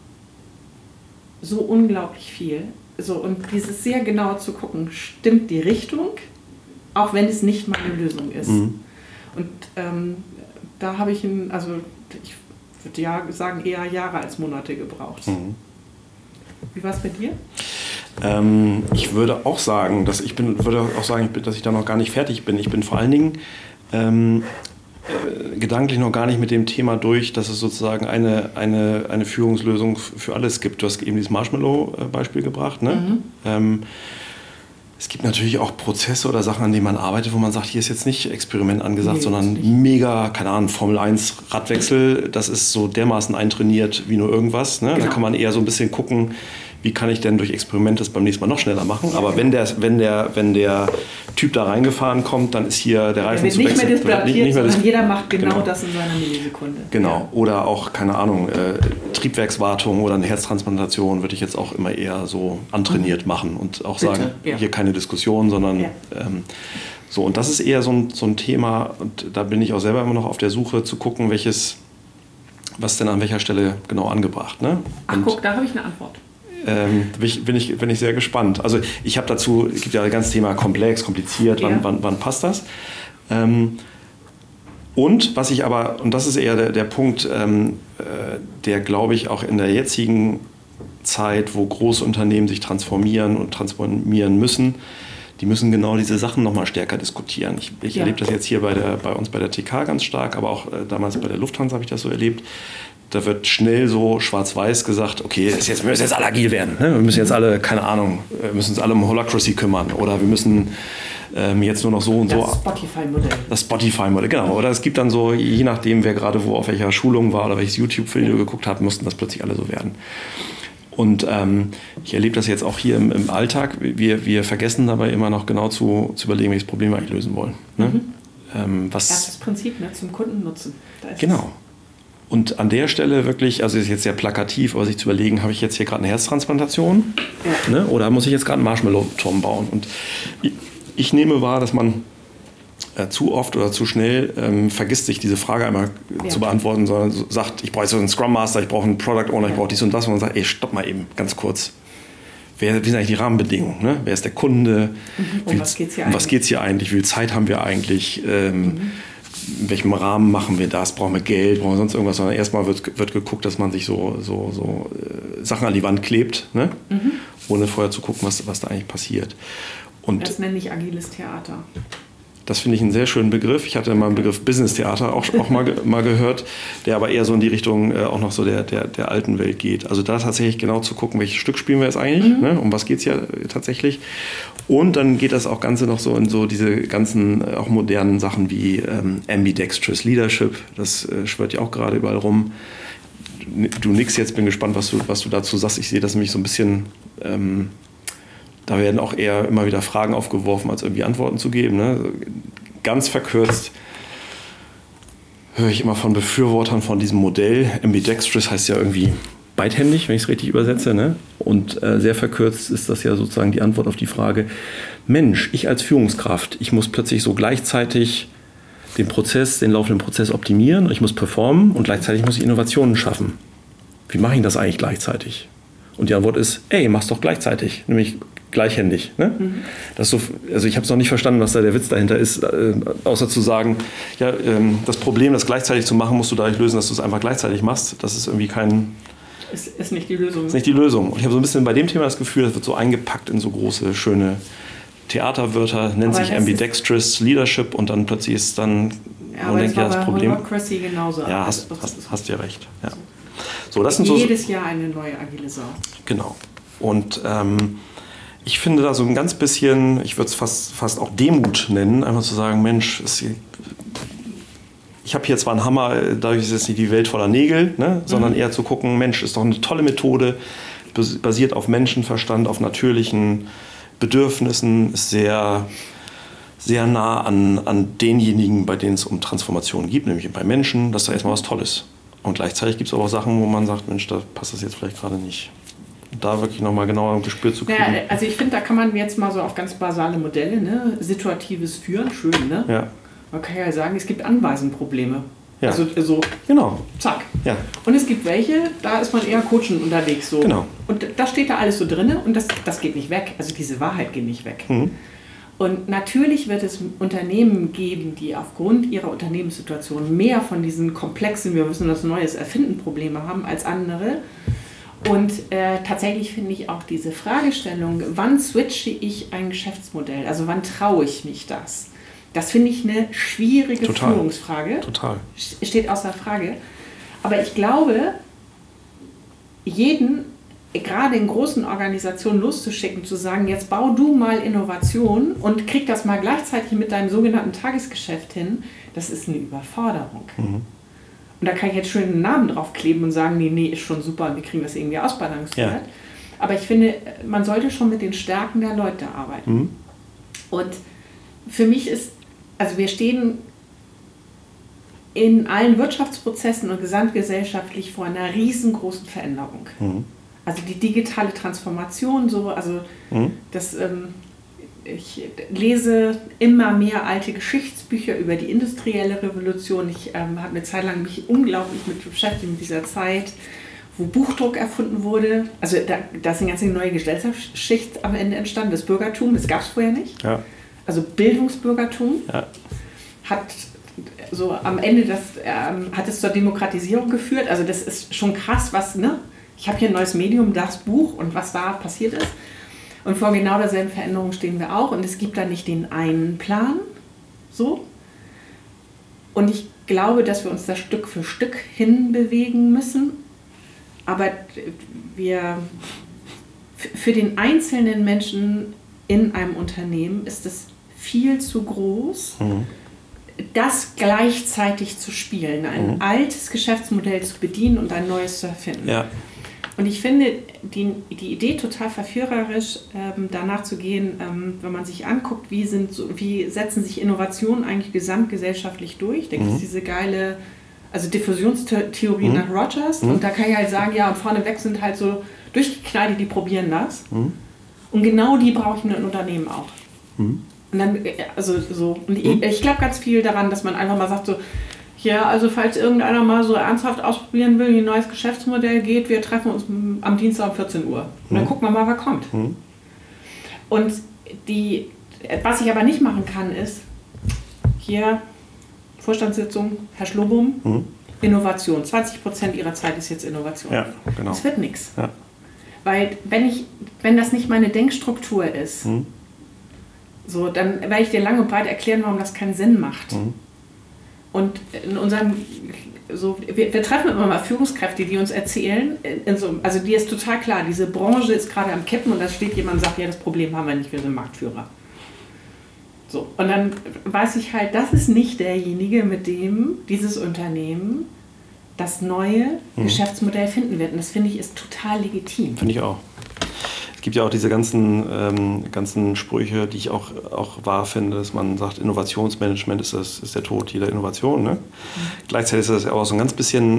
So unglaublich viel. So, und dieses sehr genau zu gucken, stimmt die Richtung, auch wenn es nicht meine Lösung ist. Und da habe ich ich würde sagen, eher Jahre als Monate gebraucht. Wie war es bei dir? Ich würde auch sagen, dass ich da noch gar nicht fertig bin. Ich bin vor allen Dingen gedanklich noch gar nicht mit dem Thema durch, dass es sozusagen eine Führungslösung für alles gibt. Du hast eben dieses Marshmallow-Beispiel gebracht. Ne? Es gibt natürlich auch Prozesse oder Sachen, an denen man arbeitet, wo man sagt, hier ist jetzt nicht Experiment angesagt, sondern mega, keine Ahnung, Formel 1 Radwechsel, das ist so dermaßen eintrainiert wie nur irgendwas. Ne? Genau. Da kann man eher so ein bisschen gucken, wie kann ich denn durch Experimente das beim nächsten Mal noch schneller machen. Ja, aber genau. wenn der Typ da reingefahren kommt, dann ist hier der Reifen zu wechseln. Nicht mehr display, sondern jeder macht genau das in seiner Millisekunde. Genau. Ja. Oder auch, keine Ahnung, Triebwerkswartung oder eine Herztransplantation würde ich jetzt auch immer eher so antrainiert machen und auch sagen, hier keine Diskussion, sondern so. Und das ist eher so ein Thema, und da bin ich auch selber immer noch auf der Suche zu gucken, was denn an welcher Stelle genau angebracht. Ne? Ach, guck, da habe ich eine Antwort. Bin ich sehr gespannt. Also ich habe dazu, es gibt ja das ganze Thema komplex, kompliziert, wann passt das? Und was ich aber, und das ist eher der Punkt, der glaube ich auch in der jetzigen Zeit, wo große Unternehmen sich transformieren und transformieren müssen, die müssen genau diese Sachen nochmal stärker diskutieren. Ich erlebe das jetzt hier bei uns bei der TK ganz stark, aber auch damals bei der Lufthansa habe ich das so erlebt. Da wird schnell so schwarz-weiß gesagt, okay, wir müssen jetzt alle agil werden. Ne? Wir müssen jetzt alle, keine Ahnung, wir müssen uns alle um Holacracy kümmern. Oder wir müssen jetzt nur noch so und so. Das Spotify-Modell. Das Spotify-Modell, genau. Oder es gibt dann so, je nachdem, wer gerade wo auf welcher Schulung war oder welches YouTube-Video geguckt hat, mussten das plötzlich alle so werden. Und ich erlebe das jetzt auch hier im Alltag. Wir vergessen dabei immer noch genau zu überlegen, welches Problem wir eigentlich lösen wollen. Ne? Erstes Prinzip, ne? Zum Kundennutzen. Genau. Und an der Stelle wirklich, also ist jetzt sehr plakativ, aber sich zu überlegen, habe ich jetzt hier gerade eine Herztransplantation ne? Oder muss ich jetzt gerade einen Marshmallow-Turm bauen? Und ich nehme wahr, dass man zu oft oder zu schnell vergisst, sich diese Frage einmal zu beantworten, sondern sagt, ich brauche jetzt einen Scrum Master, ich brauche einen Product Owner, ich brauche dies und das. Und man sagt, stopp mal eben, ganz kurz. Wie sind eigentlich die Rahmenbedingungen? Ne? Wer ist der Kunde? Um was geht's hier eigentlich? Wie viel Zeit haben wir eigentlich? In welchem Rahmen machen wir das? Brauchen wir Geld? Brauchen wir sonst irgendwas? Sondern erstmal wird geguckt, dass man sich so Sachen an die Wand klebt, ne? Ohne vorher zu gucken, was da eigentlich passiert. Und das nenne ich agiles Theater. Das finde ich einen sehr schönen Begriff. Ich hatte mal einen Begriff Business Theater auch mal gehört, der aber eher so in die Richtung auch noch so der alten Welt geht. Also da tatsächlich genau zu gucken, welches Stück spielen wir jetzt eigentlich, ne? Um was geht es ja tatsächlich. Und dann geht das auch Ganze noch so in so diese ganzen auch modernen Sachen wie Ambidextrous Leadership. Das schwirrt ja auch gerade überall rum. Du nix jetzt, bin gespannt, was du dazu sagst. Ich sehe das nämlich so ein bisschen... Da werden auch eher immer wieder Fragen aufgeworfen, als irgendwie Antworten zu geben. Ne? Ganz verkürzt höre ich immer von Befürwortern von diesem Modell. Ambidextrous heißt ja irgendwie beidhändig, wenn ich es richtig übersetze. Ne? Und sehr verkürzt ist das ja sozusagen die Antwort auf die Frage, Mensch, ich als Führungskraft, ich muss plötzlich so gleichzeitig den laufenden Prozess optimieren, ich muss performen und gleichzeitig muss ich Innovationen schaffen. Wie mache ich das eigentlich gleichzeitig? Und die Antwort ist, mach's doch gleichzeitig, nämlich gleichhändig. Ne? Das ist so, also ich habe es noch nicht verstanden, was da der Witz dahinter ist, außer zu sagen, das Problem, das gleichzeitig zu machen, musst du dadurch lösen, dass du es einfach gleichzeitig machst. Das ist irgendwie ist nicht die Lösung. Ist nicht die Lösung. Und ich habe so ein bisschen bei dem Thema das Gefühl, das wird so eingepackt in so große, schöne Theaterwörter, nennt sich Ambidextrous Leadership und dann plötzlich ist dann das Problem. Holacracy genauso. Ja, hast ja recht. Ja. So, das sind jedes Jahr eine neue agile Sau. Genau. Und ich finde da so ein ganz bisschen, ich würde es fast auch Demut nennen, einfach zu sagen, Mensch, ich habe hier zwar einen Hammer, dadurch ist jetzt nicht die Welt voller Nägel, ne, sondern eher zu gucken, Mensch, ist doch eine tolle Methode, basiert auf Menschenverstand, auf natürlichen Bedürfnissen, ist sehr, sehr nah an denjenigen, bei denen es um Transformation geht, nämlich bei Menschen, das ist da erstmal was Tolles. Und gleichzeitig gibt es aber auch Sachen, wo man sagt, Mensch, da passt das jetzt vielleicht gerade nicht. Da wirklich nochmal genauer Gespür zu kriegen. Ja, also ich finde, da kann man jetzt mal so auf ganz basale Modelle, ne? Situatives Führen, schön, ne? Ja. Man kann ja sagen, es gibt Anweisenprobleme. Ja. Also genau. Zack. Ja. Und es gibt welche, da ist man eher coachend unterwegs. So. Genau. Und da steht da alles so drin und das geht nicht weg. Also diese Wahrheit geht nicht weg. Und natürlich wird es Unternehmen geben, die aufgrund ihrer Unternehmenssituation mehr von diesen komplexen, wir müssen das Neues erfinden, Probleme haben als andere. Und tatsächlich finde ich auch diese Fragestellung, wann switche ich ein Geschäftsmodell, also wann traue ich mich das? Das finde ich eine schwierige Führungsfrage. Total. Steht außer Frage. Aber ich glaube, jeden, gerade in großen Organisationen loszuschicken, zu sagen, jetzt bau du mal Innovation und krieg das mal gleichzeitig mit deinem sogenannten Tagesgeschäft hin, das ist eine Überforderung. Und da kann ich jetzt schön einen Namen draufkleben und sagen, nee, ist schon super und wir kriegen das irgendwie ausbalanciert. Ja. Aber ich finde, man sollte schon mit den Stärken der Leute arbeiten. Und für mich ist, also wir stehen in allen Wirtschaftsprozessen und gesamtgesellschaftlich vor einer riesengroßen Veränderung. Also die digitale Transformation, ich lese immer mehr alte Geschichtsbücher über die industrielle Revolution. Ich habe eine Zeit lang mich unglaublich mit beschäftigt mit dieser Zeit, wo Buchdruck erfunden wurde. Also da ist eine ganz neue Gesellschaftsschicht am Ende entstanden, das Bürgertum, das gab es vorher nicht. Ja. Also Bildungsbürgertum hat so am Ende hat es zur Demokratisierung geführt. Also das ist schon krass, ich habe hier ein neues Medium, das Buch und was da passiert ist. Und vor genau derselben Veränderung stehen wir auch. Und es gibt da nicht den einen Plan. So. Und ich glaube, dass wir uns da Stück für Stück hinbewegen müssen. Aber für den einzelnen Menschen in einem Unternehmen ist es viel zu groß, das gleichzeitig zu spielen. Ein altes Geschäftsmodell zu bedienen und ein neues zu erfinden. Ja. Und ich finde die Idee total verführerisch, danach zu gehen, wenn man sich anguckt, wie setzen sich Innovationen eigentlich gesamtgesellschaftlich durch. Da gibt es diese geile Diffusionstheorie nach Rogers. Und da kann ich halt sagen, und vorneweg sind halt so Durchgeknallte, die probieren das. Und genau die brauche ich in einem Unternehmen auch. Und dann, Und ich glaube ganz viel daran, dass man einfach mal sagt so, falls irgendeiner mal so ernsthaft ausprobieren will, wie ein neues Geschäftsmodell geht, wir treffen uns am Dienstag um 14 Uhr. Und dann gucken wir mal, wer kommt. Und was ich aber nicht machen kann, ist, hier Vorstandssitzung, Herr Schlobum, Innovation. 20% Ihrer Zeit ist jetzt Innovation. Ja, genau. Das wird nichts. Ja. Weil wenn das nicht meine Denkstruktur ist, dann werde ich dir lang und breit erklären, warum das keinen Sinn macht. Und in unserem, wir treffen immer mal Führungskräfte, die uns erzählen, die ist total klar, diese Branche ist gerade am Kippen und da steht jemand und sagt, das Problem haben wir nicht, wir sind Marktführer. So, und dann weiß ich halt, das ist nicht derjenige, mit dem dieses Unternehmen das neue Geschäftsmodell finden wird. Und das finde ich ist total legitim. Finde ich auch. Es gibt ja auch diese ganzen Sprüche, die ich auch wahr finde, dass man sagt, Innovationsmanagement ist der Tod jeder Innovation. Ne? Gleichzeitig ist das auch so ein ganz bisschen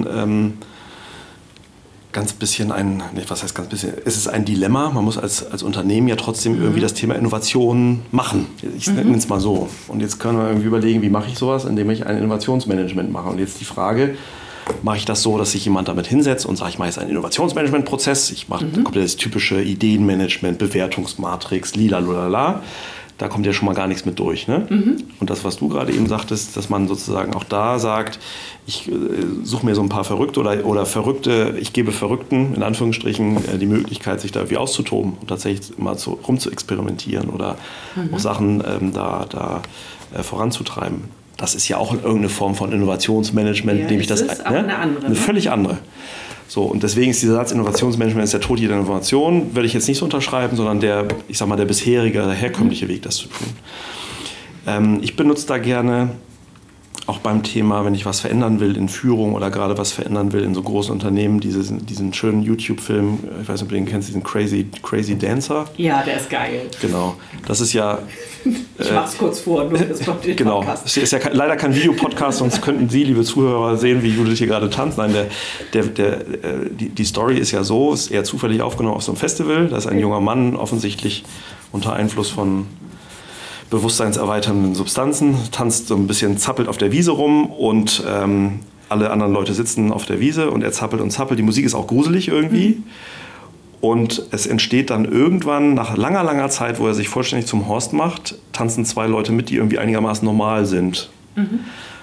es ist ein Dilemma. Man muss als Unternehmen ja trotzdem irgendwie das Thema Innovation machen. Ich nenne es mal so. Und jetzt können wir irgendwie überlegen, wie mache ich sowas, indem ich ein Innovationsmanagement mache. Und jetzt die Frage, mache ich das so, dass sich jemand damit hinsetzt und sagt, ich mache jetzt einen Innovationsmanagement-Prozess, ich mache komplett das typische Ideenmanagement, Bewertungsmatrix, lila. Da kommt ja schon mal gar nichts mit durch. Ne? Und das, was du gerade eben sagtest, dass man sozusagen auch da sagt, ich suche mir so ein paar Verrückte oder Verrückte, ich gebe Verrückten, in Anführungsstrichen, die Möglichkeit, sich da irgendwie auszutoben und tatsächlich mal rum zu experimentieren oder auch Sachen voranzutreiben. Das ist ja auch irgendeine Form von Innovationsmanagement, indem ich das. Eine völlig andere. So, und deswegen ist dieser Satz, Innovationsmanagement ist der Tod jeder Innovation, würde ich jetzt nicht so unterschreiben, sondern der bisherige, der herkömmliche Weg, das zu tun. Ich benutze da gerne, auch beim Thema, wenn ich was verändern will in Führung oder gerade was verändern will in so großen Unternehmen, diesen schönen YouTube-Film, ich weiß nicht, ob du den kennst, diesen Crazy Dancer. Ja, der ist geil. Genau, das ist ja... Ich mach's kurz vor, nur das kommt den genau. Podcast. Es ist ja leider kein Videopodcast, sonst könnten Sie, liebe Zuhörer, sehen, wie Judith hier gerade tanzt. Nein, die Story ist ja so, ist eher zufällig aufgenommen auf so einem Festival. Da ist ein junger Mann offensichtlich unter Einfluss von bewusstseinserweiternden Substanzen, tanzt so ein bisschen, zappelt auf der Wiese rum und alle anderen Leute sitzen auf der Wiese und er zappelt und zappelt. Die Musik ist auch gruselig irgendwie. Und es entsteht dann irgendwann, nach langer Zeit, wo er sich vollständig zum Horst macht, tanzen zwei Leute mit, die irgendwie einigermaßen normal sind.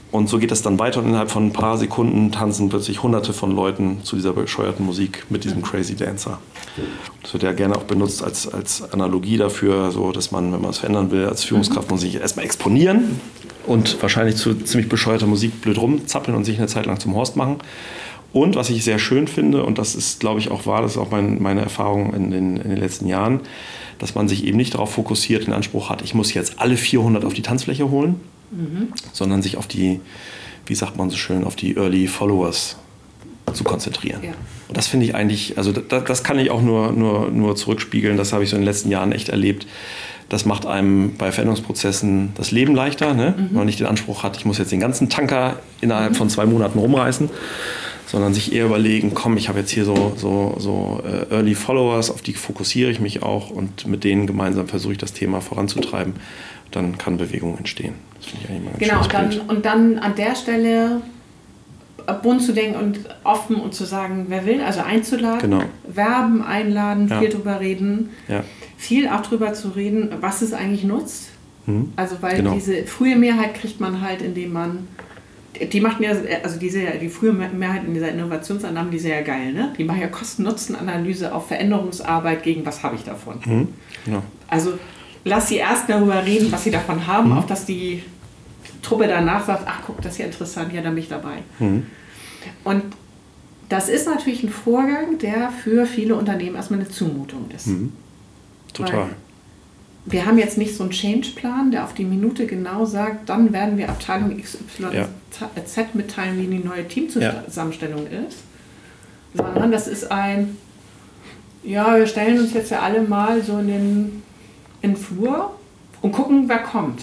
Und so geht es dann weiter und innerhalb von ein paar Sekunden tanzen plötzlich hunderte von Leuten zu dieser bescheuerten Musik mit diesem Crazy Dancer. Das wird ja gerne auch benutzt als Analogie dafür, so dass man, wenn man es verändern will, als Führungskraft muss sich erstmal exponieren und wahrscheinlich zu ziemlich bescheuerter Musik blöd rumzappeln und sich eine Zeit lang zum Horst machen. Und was ich sehr schön finde, und das ist, glaube ich, auch wahr, das ist auch meine Erfahrung in den letzten Jahren, dass man sich eben nicht darauf fokussiert, den Anspruch hat, ich muss jetzt alle 400 auf die Tanzfläche holen, sondern sich auf die, wie sagt man so schön, auf die Early Followers zu konzentrieren. Ja. Und das finde ich eigentlich, also das kann ich auch nur zurückspiegeln, das habe ich so in den letzten Jahren echt erlebt. Das macht einem bei Veränderungsprozessen das Leben leichter, ne? Wenn man nicht den Anspruch hat, ich muss jetzt den ganzen Tanker innerhalb von 2 Monaten rumreißen, sondern sich eher überlegen, komm, ich habe jetzt hier so Early Followers, auf die fokussiere ich mich auch und mit denen gemeinsam versuche ich das Thema voranzutreiben. Dann kann Bewegung entstehen. Das finde ich eigentlich mal ein schönes Bild. Und dann an der Stelle bunt zu denken und offen und zu sagen, wer will, also einzuladen, werben, einladen, viel drüber reden, viel auch drüber zu reden, was es eigentlich nutzt. Also weil diese frühe Mehrheit kriegt man halt, indem man, die machten ja, also die frühe Mehrheit in dieser Innovationsannahme, die ist ja geil, ne? Die machen ja Kosten-Nutzen-Analyse auf Veränderungsarbeit gegen was habe ich davon. Also lass sie erst darüber reden, was sie davon haben, auf dass die Truppe danach sagt, ach guck, das ist ja interessant, ja, da bin ich dabei. Und das ist natürlich ein Vorgang, der für viele Unternehmen erstmal eine Zumutung ist. Total. Weil wir haben jetzt nicht so einen Change-Plan, der auf die Minute genau sagt, dann werden wir Abteilung XYZ mitteilen, wie die neue Teamzusammenstellung ist, sondern das ist ein, wir stellen uns jetzt ja alle mal so in den Flur und gucken, wer kommt.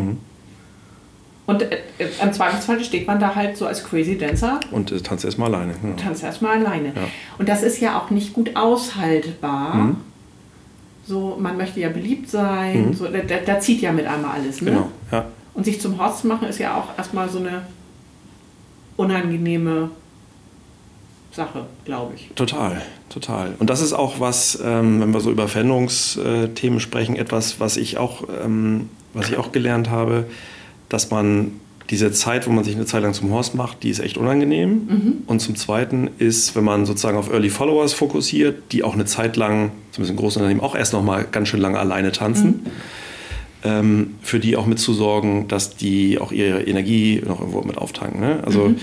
Und im Zweifelsfall steht man da halt so als Crazy Dancer. Und tanzt erstmal alleine. Ja. Und das ist ja auch nicht gut aushaltbar. So, man möchte ja beliebt sein. So, da zieht ja mit einmal alles. Ne? Genau, ja. Und sich zum Horst zu machen, ist ja auch erstmal so eine unangenehme Sache, glaube ich. Total. Und das ist auch was, wenn wir so über Veränderungsthemen sprechen, etwas, was ich auch gelernt habe, dass man diese Zeit, wo man sich eine Zeit lang zum Horst macht, die ist echt unangenehm. Und zum Zweiten ist, wenn man sozusagen auf Early Followers fokussiert, die auch eine Zeit lang, zumindest in großen Unternehmen, auch erst noch mal ganz schön lange alleine tanzen, für die auch mitzusorgen, dass die auch ihre Energie noch irgendwo mit auftanken. Ne? Also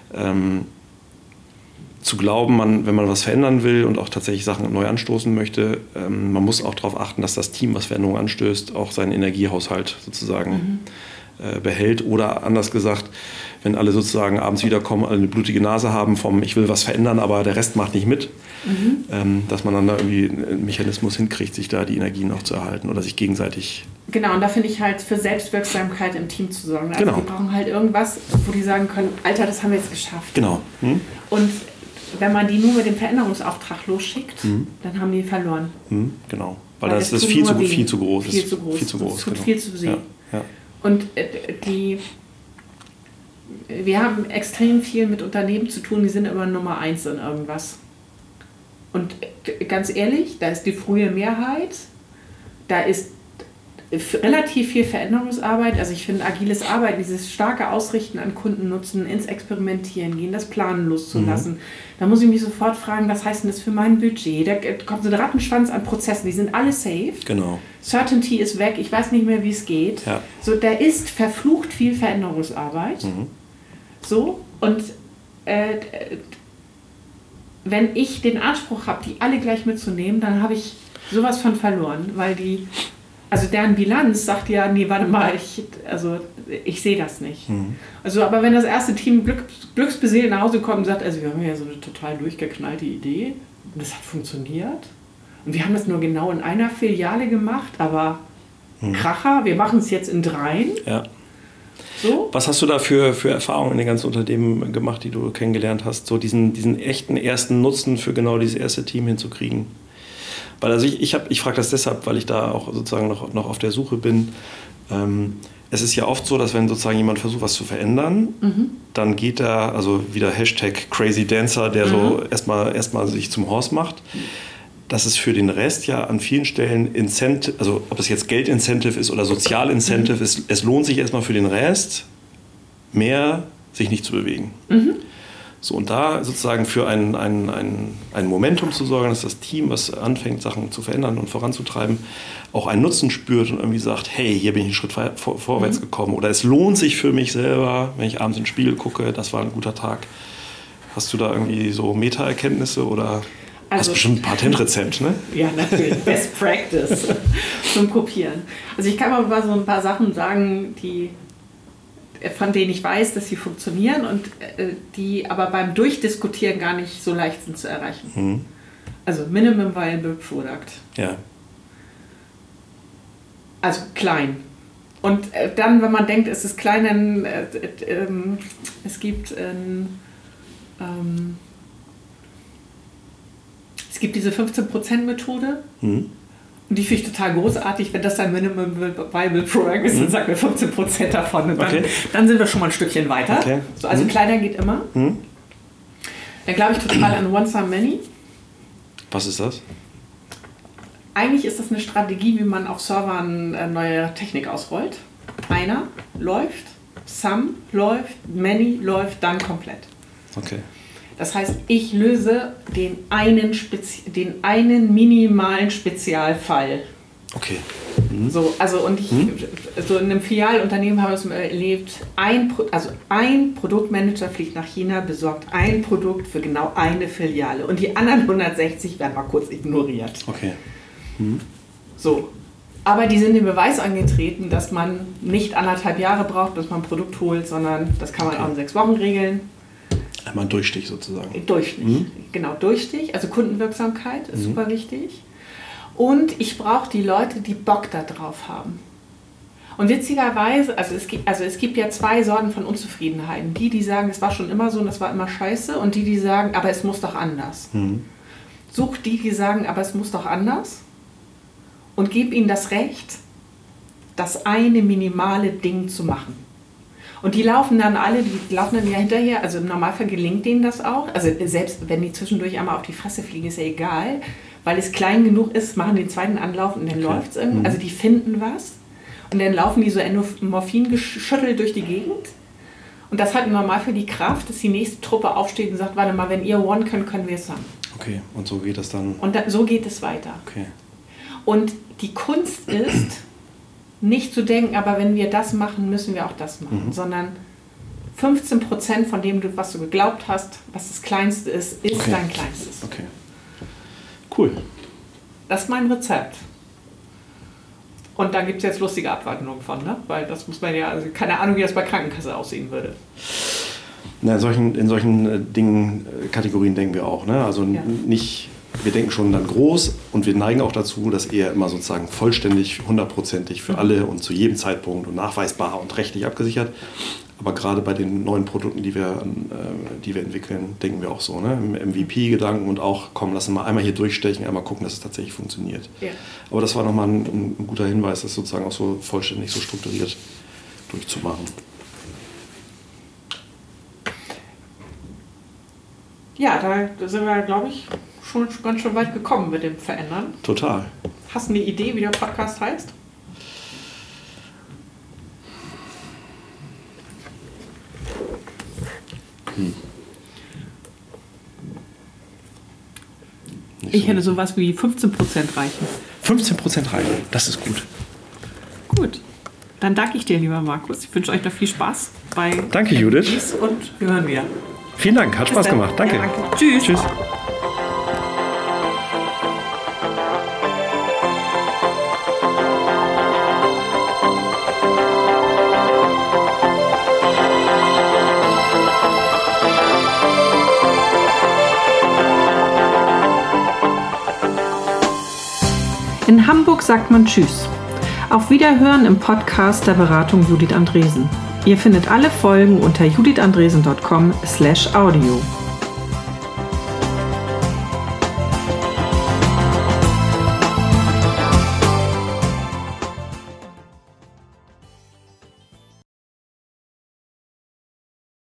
zu glauben, wenn man was verändern will und auch tatsächlich Sachen neu anstoßen möchte, man muss auch darauf achten, dass das Team, was Veränderungen anstößt, auch seinen Energiehaushalt sozusagen behält. Oder anders gesagt, wenn alle sozusagen abends wiederkommen, alle eine blutige Nase haben vom ich will was verändern, aber der Rest macht nicht mit, dass man dann da irgendwie einen Mechanismus hinkriegt, sich da die Energie noch zu erhalten oder sich gegenseitig... Genau, und da finde ich halt für Selbstwirksamkeit im Team zu sorgen. Also die brauchen halt irgendwas, wo die sagen können, Alter, das haben wir jetzt geschafft. Genau. Und wenn man die nur mit dem Veränderungsauftrag losschickt, dann haben die verloren. Genau, weil das ist viel zu groß. Viel zu groß. Es tut viel zu sehen. Ja. Und wir haben extrem viel mit Unternehmen zu tun, die sind immer Nummer 1 in irgendwas. Und ganz ehrlich, da ist die frühe Mehrheit, da ist relativ viel Veränderungsarbeit. Also ich finde agiles Arbeiten, dieses starke Ausrichten an Kundennutzen, ins Experimentieren gehen, das Planen loszulassen. Da muss ich mich sofort fragen, was heißt denn das für mein Budget? Da kommt so ein Rattenschwanz an Prozessen, die sind alle safe. Genau. Certainty ist weg, ich weiß nicht mehr, wie es geht. Ja. So, da ist verflucht viel Veränderungsarbeit. So, und wenn ich den Anspruch habe, die alle gleich mitzunehmen, dann habe ich sowas von verloren, weil deren Bilanz sagt ja, nee, warte mal, ich sehe das nicht. Also, aber wenn das erste Team glücksbeseelt nach Hause kommt und sagt, also wir haben ja so eine total durchgeknallte Idee und das hat funktioniert und wir haben das nur genau in einer Filiale gemacht, aber Kracher, wir machen es jetzt in 3. Ja. So? Was hast du da für Erfahrungen in den ganzen Unternehmen gemacht, die du kennengelernt hast, so diesen echten ersten Nutzen für genau dieses erste Team hinzukriegen? Weil also ich frage das deshalb, weil ich da auch sozusagen noch auf der Suche bin. Es ist ja oft so, dass wenn sozusagen jemand versucht, was zu verändern, dann geht da, also wieder Hashtag Crazy Dancer, der so erstmal sich zum Horst macht, dass es für den Rest ja an vielen Stellen Incentive, also ob es jetzt Geldincentive ist oder Sozialincentive ist, es lohnt sich erstmal für den Rest, mehr sich nicht zu bewegen. So, und da sozusagen für ein Momentum zu sorgen, dass das Team, was anfängt, Sachen zu verändern und voranzutreiben, auch einen Nutzen spürt und irgendwie sagt, hey, hier bin ich einen Schritt vorwärts gekommen. Oder es lohnt sich für mich selber, wenn ich abends in den Spiegel gucke, das war ein guter Tag. Hast du da irgendwie so Meta-Erkenntnisse oder hast bestimmt ein Patentrezept, ne? Ja, natürlich. Best Practice zum Kopieren. Also ich kann mal so ein paar Sachen sagen, von denen ich weiß, dass sie funktionieren und die aber beim Durchdiskutieren gar nicht so leicht sind zu erreichen. Also Minimum Viable Product. Ja. Also klein. Und dann, wenn man denkt, es ist klein, dann es gibt diese 15%-Methode. Und die finde ich total großartig, wenn das dann Minimum Viable Product ist, dann sagen wir 15% davon. Und dann sind wir schon mal ein Stückchen weiter. Okay. So, also kleiner geht immer. Dann glaube ich total an One Some Many. Was ist das? Eigentlich ist das eine Strategie, wie man auf Servern neue Technik ausrollt. Einer läuft, Some läuft, Many läuft, dann komplett. Okay. Das heißt, ich löse den einen minimalen Spezialfall. Okay. So, also und so in einem Filialunternehmen haben wir es erlebt, ein Produktmanager fliegt nach China, besorgt ein Produkt für genau eine Filiale und die anderen 160 werden mal kurz ignoriert. Okay. So. Aber die sind den Beweis angetreten, dass man nicht 1,5 Jahre braucht, bis man ein Produkt holt, sondern das kann man auch in 6 Wochen regeln. Einmal Durchstich sozusagen. Durchstich, genau, Durchstich. Also Kundenwirksamkeit ist super wichtig. Und ich brauche die Leute, die Bock da drauf haben. Und witzigerweise, es gibt ja 2 Sorten von Unzufriedenheiten. Die sagen, es war schon immer so und das war immer scheiße. Und die sagen, aber es muss doch anders. Such die sagen, aber es muss doch anders. Und gib ihnen das Recht, das eine minimale Ding zu machen. Und die laufen dann ja hinterher, also im Normalfall gelingt denen das auch. Also selbst wenn die zwischendurch einmal auf die Fresse fliegen, ist ja egal, weil es klein genug ist, machen den zweiten Anlauf und dann läuft es irgendwie. Also die finden was und dann laufen die so Endorphin geschüttelt durch die Gegend. Und das hat im Normalfall die Kraft, dass die nächste Truppe aufsteht und sagt, warte mal, wenn ihr One könnt, können wir es haben. Okay, und so geht das dann? Und so geht es weiter. Okay. Und die Kunst ist, nicht zu denken, aber wenn wir das machen, müssen wir auch das machen, sondern 15% von dem, was du geglaubt hast, was das Kleinste ist dein Kleinstes. Okay. Cool. Das ist mein Rezept. Und da gibt es jetzt lustige Abwandlungen von, ne? Weil das muss man ja, also keine Ahnung, wie das bei Krankenkasse aussehen würde. Na, in solchen Kategorien denken wir auch, ne? Also nicht... Wir denken schon dann groß und wir neigen auch dazu, das eher immer sozusagen vollständig, 100%ig für alle und zu jedem Zeitpunkt und nachweisbar und rechtlich abgesichert. Aber gerade bei den neuen Produkten, die wir entwickeln, denken wir auch so, ne? Im MVP-Gedanken und auch, komm, lass uns mal einmal hier durchstechen, einmal gucken, dass es tatsächlich funktioniert. Ja. Aber das war nochmal ein guter Hinweis, das sozusagen auch so vollständig, so strukturiert durchzumachen. Ja, da sind wir, glaube ich, schon ganz schön weit gekommen mit dem Verändern. Total. Hast du eine Idee, wie der Podcast heißt? Ich hätte sowas wie 15% reichen. 15% reichen, das ist gut. Gut. Dann danke ich dir, lieber Markus. Ich wünsche euch noch viel Spaß bei Danke, Judith. Und wir hören wieder. Vielen Dank, hat Spaß gemacht. Danke. Ja, danke. Tschüss. Tschüss. In Hamburg sagt man Tschüss. Auf Wiederhören im Podcast der Beratung Judith Andresen. Ihr findet alle Folgen unter judithandresen.com/audio.